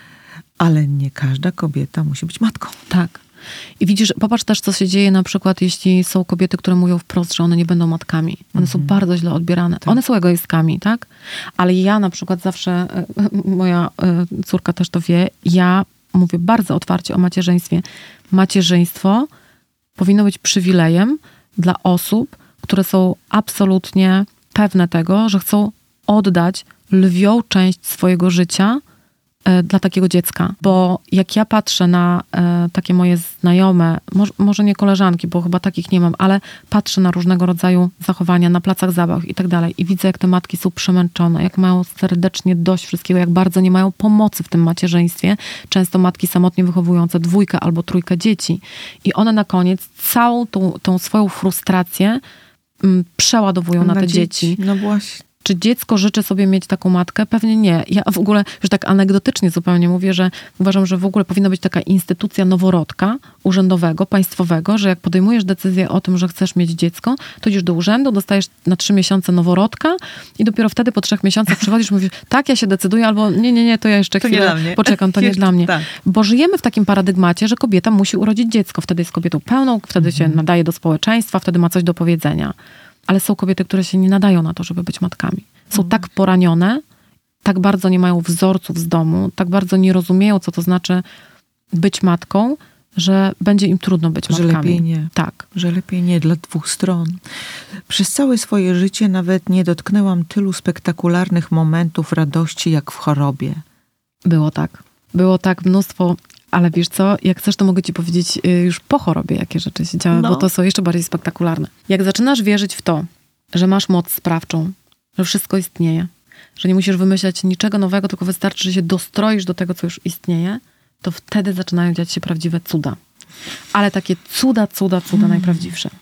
A: ale nie każda kobieta musi być matką.
B: Tak. I widzisz, popatrz też, co się dzieje na przykład, jeśli są kobiety, które mówią wprost, że one nie będą matkami. One są bardzo źle odbierane.
A: Tak.
B: One są egoistkami, tak? Ale ja na przykład zawsze, moja córka też to wie, ja mówię bardzo otwarcie o macierzyństwie. Macierzyństwo powinno być przywilejem dla osób, które są absolutnie pewne tego, że chcą oddać lwią część swojego życia dla takiego dziecka. Bo jak ja patrzę na e, takie moje znajome, może, może nie koleżanki, bo chyba takich nie mam, ale patrzę na różnego rodzaju zachowania na placach zabaw i tak dalej i widzę, jak te matki są przemęczone, jak mają serdecznie dość wszystkiego, jak bardzo nie mają pomocy w tym macierzyństwie. Często matki samotnie wychowujące dwójkę albo trójkę dzieci. I one na koniec całą tą, tą swoją frustrację m, przeładowują na, na te dzieci. dzieci.
A: No właśnie.
B: Czy dziecko życzy sobie mieć taką matkę? Pewnie nie. Ja w ogóle, już tak anegdotycznie zupełnie mówię, że uważam, że w ogóle powinna być taka instytucja noworodka urzędowego, państwowego, że jak podejmujesz decyzję o tym, że chcesz mieć dziecko, to idziesz do urzędu, dostajesz na trzy miesiące noworodka i dopiero wtedy po trzech miesiącach przychodzisz i mówisz, tak, ja się decyduję, albo nie, nie, nie, to ja jeszcze
A: to
B: chwilę poczekam, to nie dla mnie.
A: Tak.
B: Bo żyjemy w takim paradygmacie, że kobieta musi urodzić dziecko. Wtedy jest kobietą pełną, wtedy mhm. się nadaje do społeczeństwa, wtedy ma coś do powiedzenia. Ale są kobiety, które się nie nadają na to, żeby być matkami. Są tak poranione, tak bardzo nie mają wzorców z domu, tak bardzo nie rozumieją, co to znaczy być matką, że będzie im trudno być
A: że
B: matkami.
A: Że lepiej nie.
B: Tak.
A: Że lepiej nie dla dwóch stron. Przez całe swoje życie nawet nie dotknęłam tylu spektakularnych momentów radości, jak w chorobie.
B: Było tak. Było tak mnóstwo, ale wiesz co, jak chcesz, to mogę ci powiedzieć już po chorobie, jakie rzeczy się działy, no. Bo to są jeszcze bardziej spektakularne. Jak zaczynasz wierzyć w to, że masz moc sprawczą, że wszystko istnieje, że nie musisz wymyślać niczego nowego, tylko wystarczy, że się dostroisz do tego, co już istnieje, to wtedy zaczynają dziać się prawdziwe cuda. Ale takie cuda, cuda, cuda hmm. najprawdziwsze.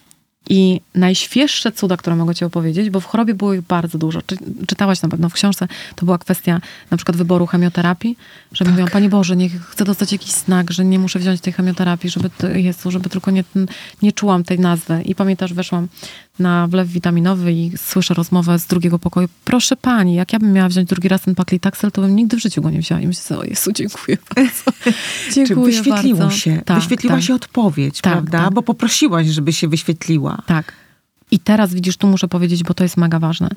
B: I najświeższe cuda, które mogę ci opowiedzieć, bo w chorobie było ich bardzo dużo. Czy, czytałaś na pewno w książce, to była kwestia na przykład wyboru chemioterapii, że tak. mówiłam, Pani Boże, niech chcę dostać jakiś znak, że nie muszę wziąć tej chemioterapii, żeby, Jezu, żeby tylko nie, nie czułam tej nazwy. I pamiętasz, weszłam na wlew witaminowy i słyszę rozmowę z drugiego pokoju. Proszę Pani, jak ja bym miała wziąć drugi raz ten Paclitaxel, to bym nigdy w życiu go nie wzięła. I myślę sobie, o Jezu, dziękuję bardzo. Dziękuję
A: Czy wyświetliło
B: bardzo.
A: się,
B: tak,
A: wyświetliła
B: tak.
A: się odpowiedź,
B: tak,
A: prawda?
B: Tak.
A: Bo poprosiłaś, żeby się wyświetliła.
B: Tak. I teraz widzisz, tu muszę powiedzieć, bo to jest mega ważne.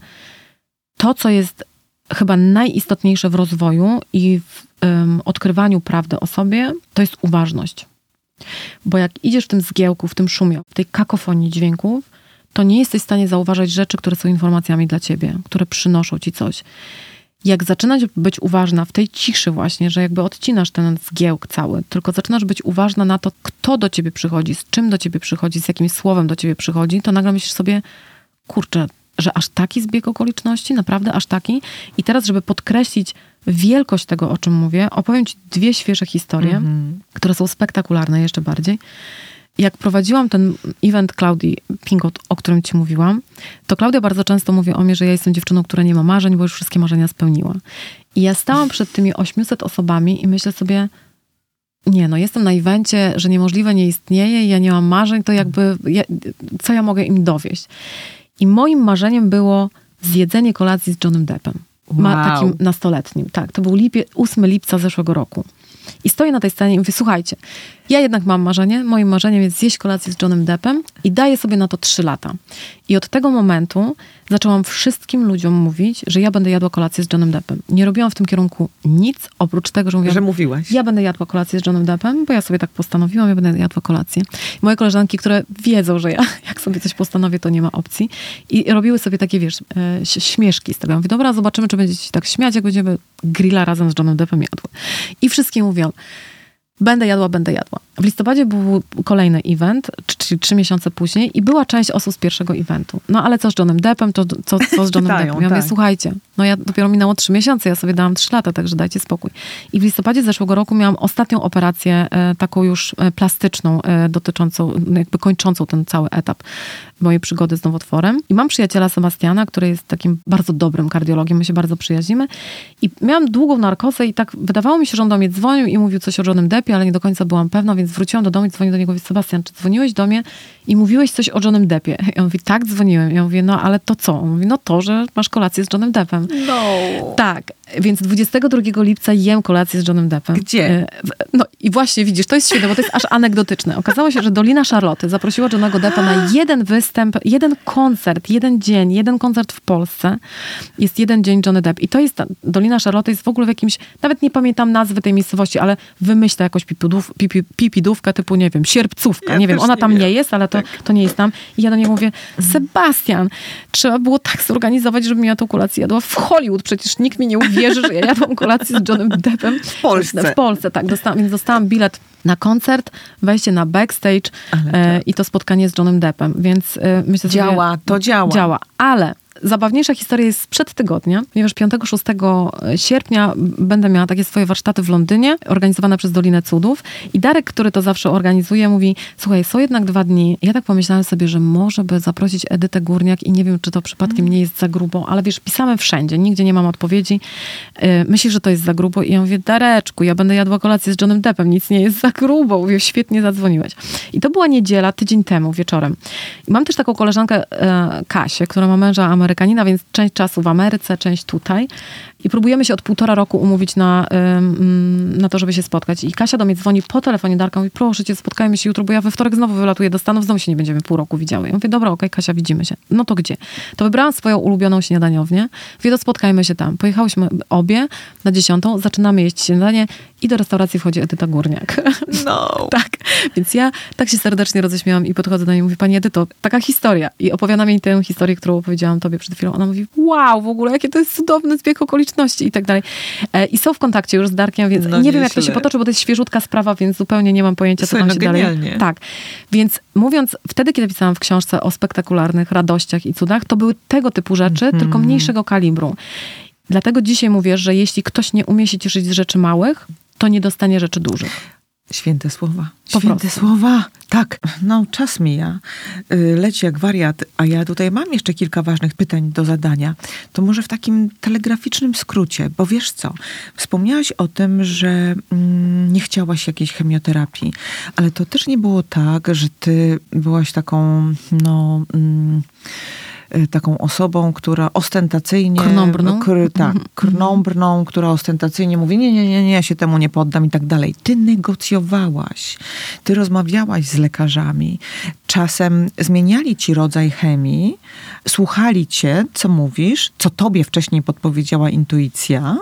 B: To, co jest chyba najistotniejsze w rozwoju i w um, odkrywaniu prawdy o sobie, to jest uważność. Bo jak idziesz w tym zgiełku, w tym szumie, w tej kakofonii dźwięków, to nie jesteś w stanie zauważać rzeczy, które są informacjami dla ciebie, które przynoszą ci coś. Jak zaczynasz być uważna w tej ciszy właśnie, że jakby odcinasz ten zgiełk cały, tylko zaczynasz być uważna na to, kto do ciebie przychodzi, z czym do ciebie przychodzi, z jakim słowem do ciebie przychodzi, to nagle myślisz sobie, kurczę, że aż taki zbieg okoliczności, naprawdę aż taki. I teraz, żeby podkreślić wielkość tego, o czym mówię, opowiem ci dwie świeże historie, mm-hmm. które są spektakularne jeszcze bardziej. jak prowadziłam ten event Klaudii Pingot, o którym ci mówiłam, to Klaudia bardzo często mówi o mnie, że ja jestem dziewczyną, która nie ma marzeń, bo już wszystkie marzenia spełniła. I ja stałam przed tymi ośmiuset osobami i myślę sobie, nie, no jestem na evencie, że niemożliwe nie istnieje i ja nie mam marzeń, to jakby, ja, co ja mogę im dowieść? I moim marzeniem było zjedzenie kolacji z Johnnym Deppem. Ma,
A: Wow.
B: Takim nastoletnim. Tak, to był lipie, ósmego lipca zeszłego roku. I stoję na tej scenie i mówię, słuchajcie, ja jednak mam marzenie, moim marzeniem jest zjeść kolację z Johnnym Deppem i daję sobie na to trzy lata. I od tego momentu zaczęłam wszystkim ludziom mówić, że ja będę jadła kolację z Johnnym Deppem. Nie robiłam w tym kierunku nic, oprócz tego, że mówiłam,
A: Że mówiłaś.
B: ja będę jadła kolację z Johnnym Deppem, bo ja sobie tak postanowiłam, ja będę jadła kolację. Moje koleżanki, które wiedzą, że ja jak sobie coś postanowię, to nie ma opcji. I robiły sobie takie, wiesz, e, śmieszki z tego. Ja mówię, dobra, zobaczymy, czy będziecie się tak śmiać, jak będziemy grilla razem z Johnnym Deppem jadły. I wszystkie mówią, będę jadła, będę jadła. W listopadzie był kolejny event, czyli trzy miesiące później i była część osób z pierwszego eventu. No ale co z Johnnym Deppem, to co, co z Johnnym
A: Pytają,
B: Deppem? Ja mówię,
A: tak.
B: słuchajcie, no ja dopiero minęło trzy miesiące, ja sobie dałam trzy lata, także dajcie spokój. I w listopadzie zeszłego roku miałam ostatnią operację, e, taką już e, plastyczną, e, dotyczącą, jakby kończącą ten cały etap mojej przygody z nowotworem. I mam przyjaciela Sebastiana, który jest takim bardzo dobrym kardiologiem, my się bardzo przyjaźnimy. I miałam długą narkozę i tak wydawało mi się, że on do mnie dzwonił i mówił coś o Johnnym Deppie, ale nie do końca byłam pewna, więc wróciłam do domu i dzwonię do niego i mówię, Sebastian, czy dzwoniłeś do mnie i mówiłeś coś o Johnnym Deppie? I on mówi, tak, dzwoniłem. Ja mówię, no ale to co? On mówi, no to, że masz kolację z Johnnym Deppem.
A: No.
B: Tak, więc dwudziestego drugiego lipca jem kolację z Johnnym Deppem.
A: Gdzie?
B: E, w- No i właśnie, widzisz, to jest świetne, bo to jest aż anegdotyczne. Okazało się, że Dolina Charlotte zaprosiła Johnnego Deppa na jeden występ, jeden koncert, jeden dzień, jeden koncert w Polsce. Jest jeden dzień Johnny Depp. I to jest, ta Dolina Charlotte jest w ogóle w jakimś, nawet nie pamiętam nazwy tej miejscowości, ale wymyślę jakąś pipidów, pipi, pipidówkę typu, nie wiem, Sierpcówka.
A: Ja
B: nie wiem,
A: też
B: ona
A: nie
B: tam
A: wiem.
B: nie jest, ale to, to nie jest tam. I ja do niego mówię, Sebastian, trzeba było tak zorganizować, żebym ja tą kolację jadła w Hollywood. Przecież nikt mi nie uwierzy, że ja jadłam kolację z Johnnym Deppem.
A: W Polsce.
B: W Polsce, tak. Dostałam, więc dostałam bilet na koncert, wejście na backstage
A: Ale
B: e,
A: tak.
B: i to spotkanie z Johnnym Deppem. Więc e, myślę sobie...
A: Działa, to działa.
B: Działa, ale zabawniejsza historia jest sprzed tygodnia, ponieważ piątego szóstego sierpnia będę miała takie swoje warsztaty w Londynie, organizowane przez Dolinę Cudów. I Darek, który to zawsze organizuje, mówi, słuchaj, są jednak dwa dni. Ja tak pomyślałam sobie, że może by zaprosić Edytę Górniak i nie wiem, czy to przypadkiem nie jest za grubo, ale wiesz, pisamy wszędzie, nigdzie nie mam odpowiedzi. Yy, myślisz, że to jest za grubo? I ja mówię, Dareczku, ja będę jadła kolację z Johnnym Deppem, nic nie jest za grubo. Mówię, świetnie zadzwoniłeś. I to była niedziela, tydzień temu, wieczorem. I mam też taką koleżankę e, Kasię, która ma męża Amerykanina, więc część czasu w Ameryce, część tutaj. I próbujemy się od półtora roku umówić na, ym, na to, żeby się spotkać. I Kasia do mnie dzwoni po telefonie, Darka mówi, proszę cię, spotkajmy się jutro, bo ja we wtorek znowu wylatuję do Stanów, znowu się nie będziemy pół roku widziały. Ja mówię, dobra, okej, Kasia, widzimy się. No to gdzie? To wybrałam swoją ulubioną śniadaniownię. Mówię, to spotkajmy się tam. Pojechałyśmy obie na dziesiątą, zaczynamy jeść śniadanie i do restauracji wchodzi Edyta Górniak.
A: No.
B: Tak, więc ja tak się serdecznie roześmiałam i podchodzę do niej i mówię, pani Edyto, taka historia. I opowiadam jej tę historię, którą opowiedziałam tobie przed chwilą. Ona mówi, wow, w ogóle, jakie to jest cudowny zbieg okoliczności i tak dalej. E, I są w kontakcie już z Darkiem, więc
A: No
B: nie wiem, jak to
A: nieźle.
B: się potoczy, bo to jest świeżutka sprawa, więc zupełnie nie mam pojęcia, co
A: Słuchaj,
B: tam
A: no
B: się dalej...
A: genialnie.
B: Tak, więc mówiąc, wtedy, kiedy pisałam w książce o spektakularnych radościach i cudach, to były tego typu rzeczy,
A: Mhm.
B: tylko mniejszego kalibru. Dlatego dzisiaj mówię, że jeśli ktoś nie umie się cieszyć z rzeczy małych, to nie dostanie rzeczy dużych.
A: Święte słowa.
B: Po
A: Święte
B: prostu.
A: słowa. Tak. No, czas mija. Y, Leci jak wariat, a ja tutaj mam jeszcze kilka ważnych pytań do zadania. To może w takim telegraficznym skrócie, bo wiesz co? Wspomniałaś o tym, że mm, nie chciałaś jakiejś chemioterapii, ale to też nie było tak, że ty byłaś taką, no... Mm, y, taką osobą, która ostentacyjnie...
B: Krnąbrną.
A: Kr, tak, krnąbrną, która ostentacyjnie mówi, nie, nie, nie, nie, ja się temu nie poddam i tak dalej. Ty negocjowałaś, ty rozmawiałaś z lekarzami, czasem zmieniali ci rodzaj chemii, słuchali cię, co mówisz, co tobie wcześniej podpowiedziała intuicja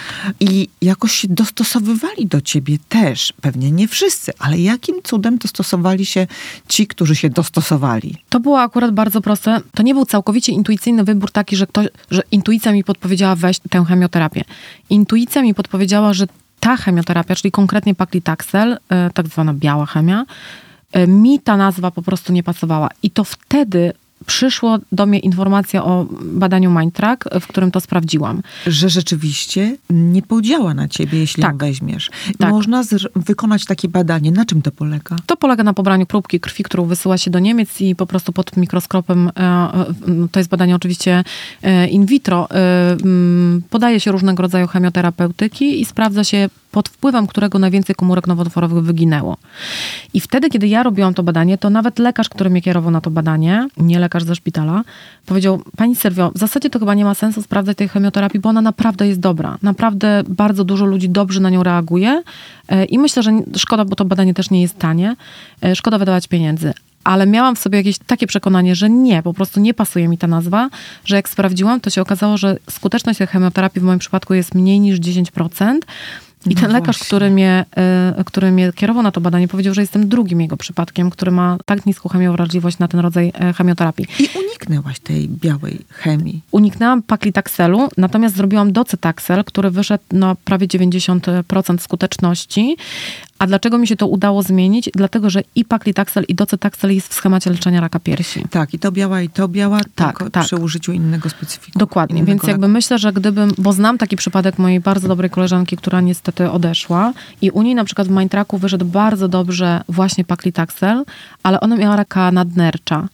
A: i jakoś się dostosowywali do ciebie też. Pewnie nie wszyscy, ale jakim cudem dostosowali się ci, którzy się dostosowali?
B: To było akurat bardzo proste. To nie był całkowicie intuicyjny wybór taki, że, ktoś, że intuicja mi podpowiedziała weź tę chemioterapię. Intuicja mi podpowiedziała, że ta chemioterapia, czyli konkretnie Paclitaxel, tak zwana biała chemia, mi ta nazwa po prostu nie pasowała. I to wtedy przyszło do mnie informacja o badaniu Mindtrack, w którym to sprawdziłam.
A: Że rzeczywiście nie podziała na ciebie, jeśli
B: Tak.
A: ją weźmiesz.
B: Tak.
A: Można zr- wykonać takie badanie. Na czym to polega?
B: To polega na pobraniu próbki krwi, którą wysyła się do Niemiec i po prostu pod mikroskopem, e, e, to jest badanie oczywiście e, in vitro, e, m, podaje się różnego rodzaju chemioterapeutyki i sprawdza się, pod wpływem którego najwięcej komórek nowotworowych wyginęło. I wtedy, kiedy ja robiłam to badanie, to nawet lekarz, który mnie kierował na to badanie, nie lekarz ze szpitala, powiedział: pani Sylwio, w zasadzie to chyba nie ma sensu sprawdzać tej chemioterapii, bo ona naprawdę jest dobra. Naprawdę bardzo dużo ludzi dobrze na nią reaguje e, i myślę, że szkoda, bo to badanie też nie jest tanie, e, szkoda wydawać pieniędzy. Ale miałam w sobie jakieś takie przekonanie, że nie, po prostu nie pasuje mi ta nazwa, że jak sprawdziłam, to się okazało, że skuteczność tej chemioterapii w moim przypadku jest mniej niż dziesięć procent. I
A: No
B: ten lekarz,
A: właśnie.
B: który mnie, y, który mnie kierował na to badanie, powiedział, że jestem drugim jego przypadkiem, który ma tak niską chemiowrażliwość na ten rodzaj e, chemioterapii.
A: I uniknęłaś tej białej chemii.
B: Uniknęłam paklitakselu, natomiast zrobiłam docetaxel, który wyszedł na prawie dziewięćdziesiąt procent skuteczności. A dlaczego mi się to udało zmienić? Dlatego, że i paklitaksel, i docetaxel jest w schemacie leczenia raka piersi.
A: Tak, i to biała, i to biała,
B: Tak,
A: tylko
B: tak.
A: przy użyciu innego specyfiku.
B: Dokładnie,
A: innego
B: więc jakby
A: leku.
B: myślę, że gdybym, bo znam taki przypadek mojej bardzo dobrej koleżanki, która niestety odeszła i u niej na przykład w Mindtracku wyszedł bardzo dobrze właśnie paklitaksel, ale ona miała raka nadnercza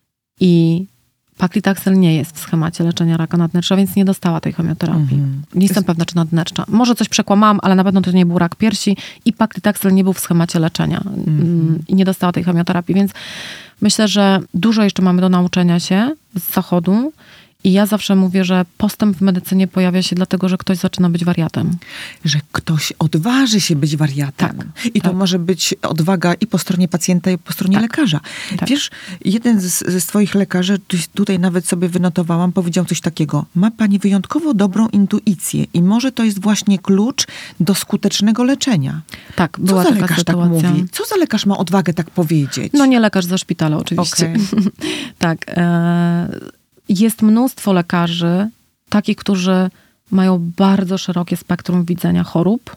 B: i paklitaksel nie jest w schemacie leczenia raka nadnercza, więc nie dostała tej chemioterapii.
A: Mhm.
B: Nie jestem pewna, czy nadnercza. Może coś przekłamałam, ale na pewno to nie był rak piersi i paklitaksel nie był w schemacie leczenia mm, i nie dostała tej chemioterapii, więc myślę, że dużo jeszcze mamy do nauczenia się z zachodu. I ja zawsze mówię, że postęp w medycynie pojawia się dlatego, że ktoś zaczyna być wariatem.
A: Że ktoś odważy się być wariatem.
B: Tak,
A: I to
B: tak.
A: może być odwaga i po stronie pacjenta, i po stronie
B: Tak,
A: lekarza.
B: tak.
A: Wiesz, jeden z, ze swoich lekarzy, tu- tutaj nawet sobie wynotowałam, powiedział coś takiego: ma pani wyjątkowo dobrą intuicję i może to jest właśnie klucz do skutecznego leczenia.
B: Tak,
A: Co
B: była
A: za
B: taka
A: lekarz tak
B: sytuacja.
A: mówi? Co za lekarz ma odwagę tak powiedzieć?
B: No nie lekarz ze szpitala oczywiście.
A: Okej.
B: Tak. E, jest mnóstwo lekarzy, takich, którzy mają bardzo szerokie spektrum widzenia chorób.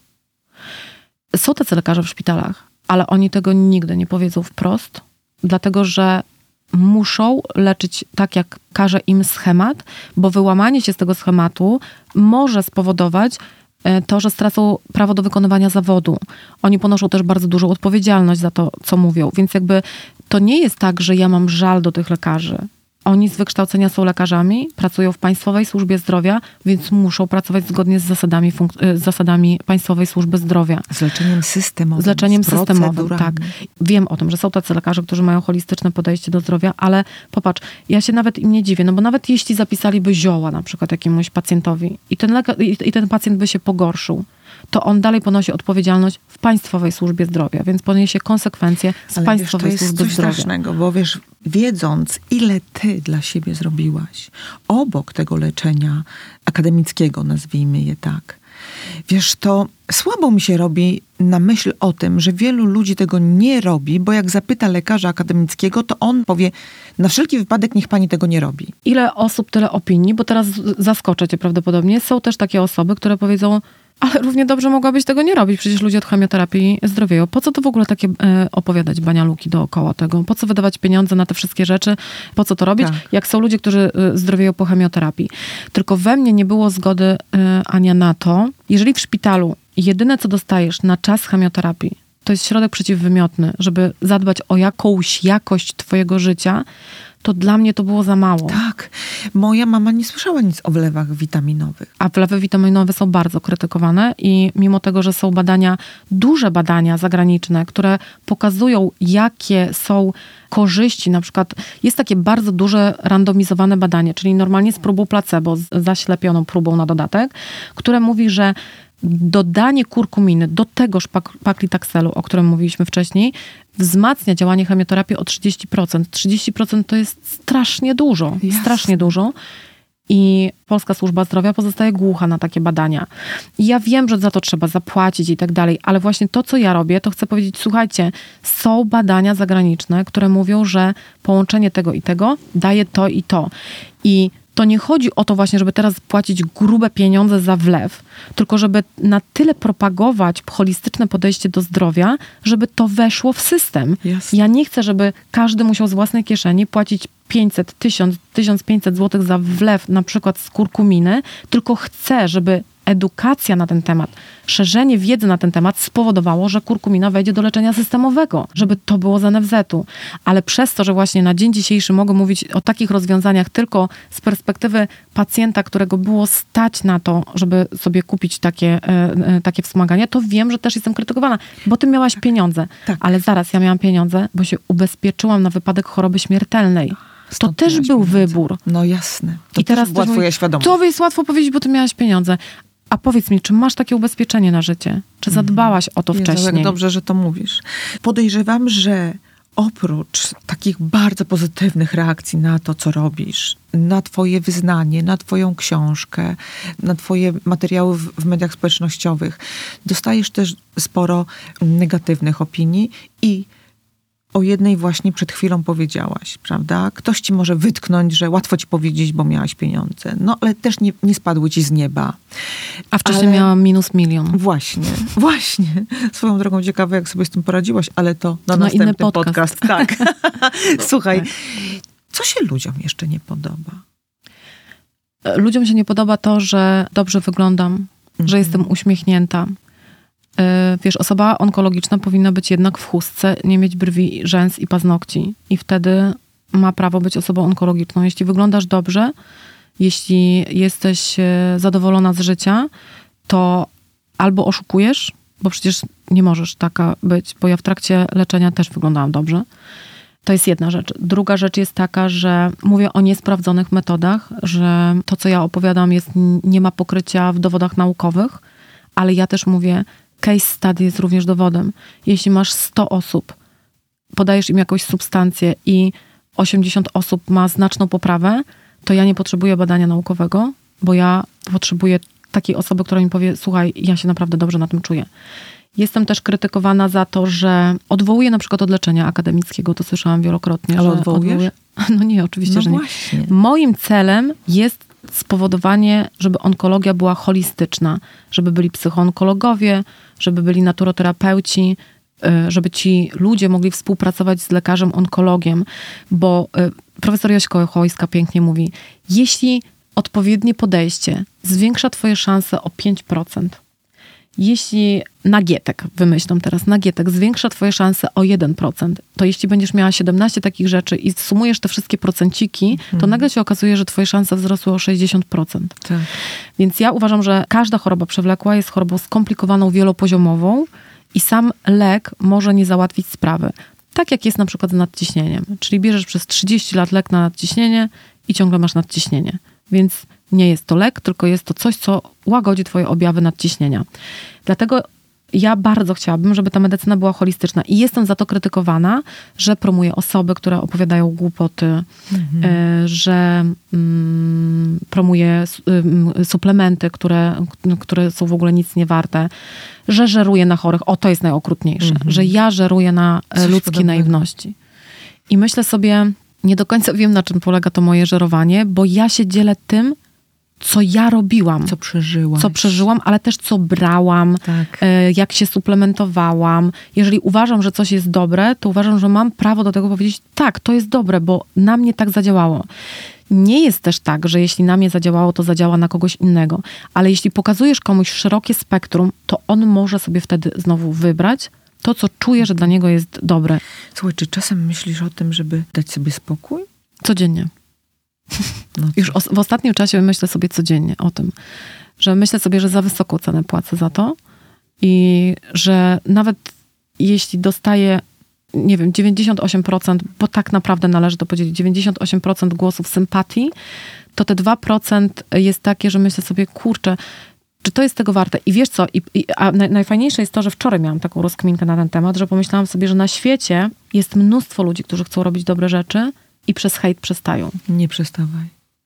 B: Są tacy lekarze w szpitalach, ale oni tego nigdy nie powiedzą wprost, dlatego że muszą leczyć tak, jak każe im schemat, bo wyłamanie się z tego schematu może spowodować e, to, że stracą prawo do wykonywania zawodu. Oni ponoszą też bardzo dużą odpowiedzialność za to, co mówią. Więc jakby to nie jest tak, że ja mam żal do tych lekarzy. Oni z wykształcenia są lekarzami, pracują w Państwowej Służbie Zdrowia, więc muszą pracować zgodnie z zasadami, funk- z zasadami Państwowej Służby Zdrowia.
A: Z leczeniem systemowym.
B: Z leczeniem
A: z
B: systemowym,
A: procedurami.
B: tak. Wiem o tym, że są tacy lekarze, którzy mają holistyczne podejście do zdrowia, ale popatrz, ja się nawet im nie dziwię, no bo nawet jeśli zapisaliby zioła na przykład jakiemuś pacjentowi i ten, leka- i, i ten pacjent by się pogorszył, to on dalej ponosi odpowiedzialność w Państwowej Służbie Zdrowia, więc poniesie konsekwencje z
A: Ale
B: Państwowej
A: wiesz, to jest
B: Służby
A: coś
B: Zdrowia.
A: strasznego, bo wiesz, wiedząc, ile ty dla siebie zrobiłaś obok tego leczenia akademickiego, nazwijmy je tak, wiesz, to słabo mi się robi na myśl o tym, że wielu ludzi tego nie robi, bo jak zapyta lekarza akademickiego, to on powie: na wszelki wypadek niech pani tego nie robi.
B: Ile osób, tyle opinii, bo teraz zaskoczę cię prawdopodobnie. Są też takie osoby, które powiedzą: ale równie dobrze mogłabyś tego nie robić. Przecież ludzie od chemioterapii zdrowieją. Po co to w ogóle takie e, opowiadać banialuki dookoła tego? Po co wydawać pieniądze na te wszystkie rzeczy? Po co to robić?
A: Tak.
B: Jak są ludzie, którzy e, zdrowieją po chemioterapii. Tylko we mnie nie było zgody, e, Ania, na to, jeżeli w szpitalu jedyne, co dostajesz na czas chemioterapii, to jest środek przeciwwymiotny, żeby zadbać o jakąś jakość twojego życia, to dla mnie to było za mało.
A: Tak. Moja mama nie słyszała nic o wlewach witaminowych.
B: A wlewy witaminowe są bardzo krytykowane i mimo tego, że są badania, duże badania zagraniczne, które pokazują, jakie są korzyści, na przykład jest takie bardzo duże randomizowane badanie, czyli normalnie z próbą placebo, z zaślepioną próbą na dodatek, które mówi, że dodanie kurkuminy do tegoż pak- paklitakselu, o którym mówiliśmy wcześniej, wzmacnia działanie chemioterapii o trzydzieści procent. trzydzieści procent to jest strasznie dużo.
A: Jasne.
B: Strasznie dużo. I Polska Służba Zdrowia pozostaje głucha na takie badania. I ja wiem, że za to trzeba zapłacić i tak dalej, ale właśnie to, co ja robię, to chcę powiedzieć: słuchajcie, są badania zagraniczne, które mówią, że połączenie tego i tego daje to i to. I to nie chodzi o to właśnie, żeby teraz płacić grube pieniądze za wlew, tylko żeby na tyle propagować holistyczne podejście do zdrowia, żeby to weszło w system.
A: Jasne.
B: Ja nie chcę, żeby każdy musiał z własnej kieszeni płacić pięćset, tysiąc, tysiąc pięćset złotych za wlew na przykład z kurkuminy, tylko chcę, żeby edukacja na ten temat, szerzenie wiedzy na ten temat spowodowało, że kurkumina wejdzie do leczenia systemowego, żeby to było z N F Z-u. Ale przez to, że właśnie na dzień dzisiejszy mogę mówić o takich rozwiązaniach tylko z perspektywy pacjenta, którego było stać na to, żeby sobie kupić takie, e, takie wspomaganie, to wiem, że też jestem krytykowana, bo ty miałaś pieniądze.
A: Tak.
B: Ale zaraz, ja miałam pieniądze, bo się ubezpieczyłam na wypadek choroby śmiertelnej.
A: Stąd
B: to też
A: miałaś
B: był
A: pieniądze.
B: wybór.
A: No jasne. To
B: I teraz
A: też była
B: ktoś
A: twoja
B: mówi,
A: świadomość.
B: To jest łatwo powiedzieć, bo ty miałaś pieniądze. A powiedz mi, czy masz takie ubezpieczenie na życie? Czy zadbałaś o to
A: Jezu,
B: wcześniej?
A: jak dobrze, że to mówisz. Podejrzewam, że oprócz takich bardzo pozytywnych reakcji na to, co robisz, na twoje wyznanie, na twoją książkę, na twoje materiały w, w mediach społecznościowych, dostajesz też sporo negatywnych opinii i o jednej właśnie przed chwilą powiedziałaś, prawda? Ktoś ci może wytknąć, że łatwo ci powiedzieć, bo miałaś pieniądze. No, ale też nie, nie spadły ci z nieba.
B: A wcześniej
A: ale...
B: miałam minus milion.
A: Właśnie, właśnie. Swoją drogą ciekawe, jak sobie z tym poradziłaś, ale to na
B: To na
A: następny
B: inny podcast.
A: podcast. Tak. Słuchaj,
B: Tak.
A: co się ludziom jeszcze nie podoba?
B: Ludziom się nie podoba to, że dobrze wyglądam,
A: Mhm.
B: że jestem uśmiechnięta. Yy, Wiesz, osoba onkologiczna powinna być jednak w chustce, nie mieć brwi, rzęs i paznokci. I wtedy ma prawo być osobą onkologiczną. Jeśli wyglądasz dobrze, jeśli jesteś e, zadowolona z życia, to albo oszukujesz, bo przecież nie możesz taka być, bo ja w trakcie leczenia też wyglądałam dobrze. To jest jedna rzecz. Druga rzecz jest taka, że mówię o niesprawdzonych metodach, że to, co ja opowiadam, jest, nie ma pokrycia w dowodach naukowych, ale ja też mówię, case study jest również dowodem. Jeśli masz sto osób, podajesz im jakąś substancję i osiemdziesiąt osób ma znaczną poprawę, to ja nie potrzebuję badania naukowego, bo ja potrzebuję takiej osoby, która mi powie, słuchaj, ja się naprawdę dobrze na tym czuję. Jestem też krytykowana za to, że odwołuję na przykład od leczenia akademickiego, to słyszałam wielokrotnie.
A: Ale
B: że
A: odwołujesz?
B: odwołuję. No nie, oczywiście,
A: No
B: że nie.
A: właśnie.
B: Moim celem jest spowodowanie, żeby onkologia była holistyczna, żeby byli psychoonkologowie, żeby byli naturoterapeuci, żeby ci ludzie mogli współpracować z lekarzem onkologiem, bo profesor Jośka Chojska pięknie mówi, jeśli odpowiednie podejście zwiększa twoje szanse o pięć procent, jeśli nagietek, wymyślam teraz, nagietek zwiększa twoje szanse o jeden procent, to jeśli będziesz miała siedemnaście takich rzeczy i sumujesz te wszystkie procenciki, to nagle się okazuje, że twoje szanse wzrosły o sześćdziesiąt procent.
A: Tak.
B: Więc ja uważam, że każda choroba przewlekła jest chorobą skomplikowaną, wielopoziomową i sam lek może nie załatwić sprawy. Tak jak jest na przykład z nadciśnieniem. Czyli bierzesz przez trzydzieści lat lek na nadciśnienie i ciągle masz nadciśnienie. Więc nie jest to lek, tylko jest to coś, co łagodzi twoje objawy nadciśnienia. Dlatego ja bardzo chciałabym, żeby ta medycyna była holistyczna i jestem za to krytykowana, że promuję osoby, które opowiadają głupoty, mhm. y, że mm, promuję y, suplementy, które, które są w ogóle nic nie warte, że żeruję na chorych. O, to jest najokrutniejsze. Mhm. Że ja żeruję na Coś ludzkiej podobnego. naiwności. I myślę sobie, nie do końca wiem, na czym polega to moje żerowanie, bo ja się dzielę tym, co ja robiłam.
A: Co przeżyłam.
B: Co przeżyłam, ale też co brałam,
A: tak.
B: jak się suplementowałam. Jeżeli uważam, że coś jest dobre, to uważam, że mam prawo do tego powiedzieć, tak, to jest dobre, bo na mnie tak zadziałało. Nie jest też tak, że jeśli na mnie zadziałało, to zadziała na kogoś innego. Ale jeśli pokazujesz komuś szerokie spektrum, to on może sobie wtedy znowu wybrać to, co czuje, że dla niego jest dobre.
A: Słuchaj, czy czasem myślisz o tym, żeby dać sobie spokój?
B: Codziennie.
A: No
B: Już o, w ostatnim czasie myślę sobie codziennie o tym, że myślę sobie, że za wysoką cenę płacę za to i że nawet jeśli dostaję, nie wiem, dziewięćdziesiąt osiem procent, bo tak naprawdę należy to podzielić, dziewięćdziesiąt osiem procent głosów sympatii, to te dwa procent jest takie, że myślę sobie, kurczę, czy to jest tego warte? I wiesz co, i, i, a najfajniejsze jest to, że wczoraj miałam taką rozkminkę na ten temat, że pomyślałam sobie, że na świecie jest mnóstwo ludzi, którzy chcą robić dobre rzeczy i przez hejt przestają.
A: Nie przestawaj.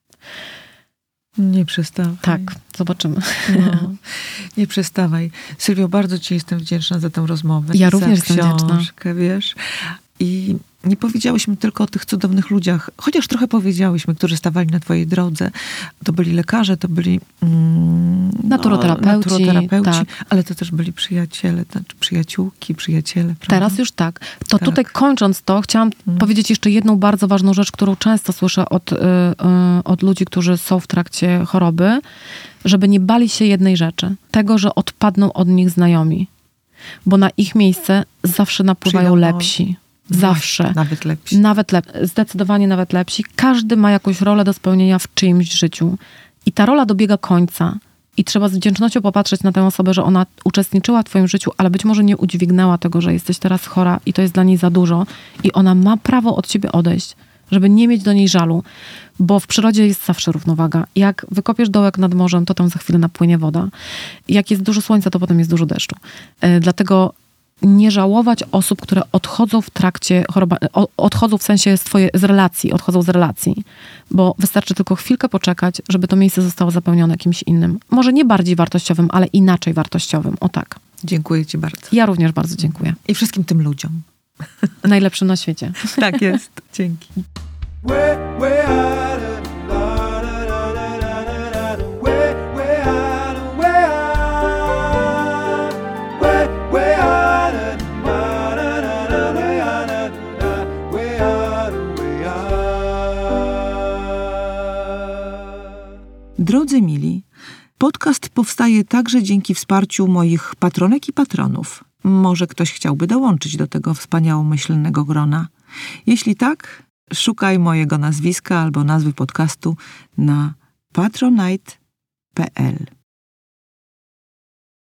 A: Nie przestawaj.
B: Tak, zobaczymy.
A: No, nie przestawaj. Sylwio, bardzo ci jestem wdzięczna za tę rozmowę.
B: Ja również jestem
A: książkę,
B: wdzięczna.
A: wiesz. I nie powiedziałyśmy tylko o tych cudownych ludziach, chociaż trochę powiedziałyśmy, którzy stawali na twojej drodze. To byli lekarze, to byli mm,
B: Naturoterapeuci,
A: no, naturoterapeuci
B: tak.
A: ale to też byli przyjaciele, znaczy przyjaciółki, przyjaciele. Prawda?
B: Teraz już tak. To
A: tak.
B: tutaj kończąc to, chciałam hmm. powiedzieć jeszcze jedną bardzo ważną rzecz, którą często słyszę od, y, y, od ludzi, którzy są w trakcie choroby, żeby nie bali się jednej rzeczy. Tego, że odpadną od nich znajomi. Bo na ich miejsce zawsze napływają
A: Przyjdą,
B: lepsi. Zawsze.
A: Nawet lepsi.
B: Nawet lep- zdecydowanie nawet lepsi. Każdy ma jakąś rolę do spełnienia w czyimś życiu. I ta rola dobiega końca. I trzeba z wdzięcznością popatrzeć na tę osobę, że ona uczestniczyła w twoim życiu, ale być może nie udźwignęła tego, że jesteś teraz chora i to jest dla niej za dużo. I ona ma prawo od ciebie odejść, żeby nie mieć do niej żalu. Bo w przyrodzie jest zawsze równowaga. Jak wykopiesz dołek nad morzem, to tam za chwilę napłynie woda. Jak jest dużo słońca, to potem jest dużo deszczu. Yy, dlatego nie żałować osób, które odchodzą w trakcie choroby, odchodzą w sensie z, twoje, z relacji, odchodzą z relacji, bo wystarczy tylko chwilkę poczekać, żeby to miejsce zostało zapełnione kimś innym. Może nie bardziej wartościowym, ale inaczej wartościowym. O tak.
A: Dziękuję ci bardzo.
B: Ja również bardzo dziękuję.
A: I wszystkim tym ludziom.
B: Najlepszym na świecie.
A: Tak jest. Dzięki. Drodzy mili, podcast powstaje także dzięki wsparciu moich patronek i patronów. Może ktoś chciałby dołączyć do tego wspaniałomyślnego grona. Jeśli tak, szukaj mojego nazwiska albo nazwy podcastu na patronite kropka p l.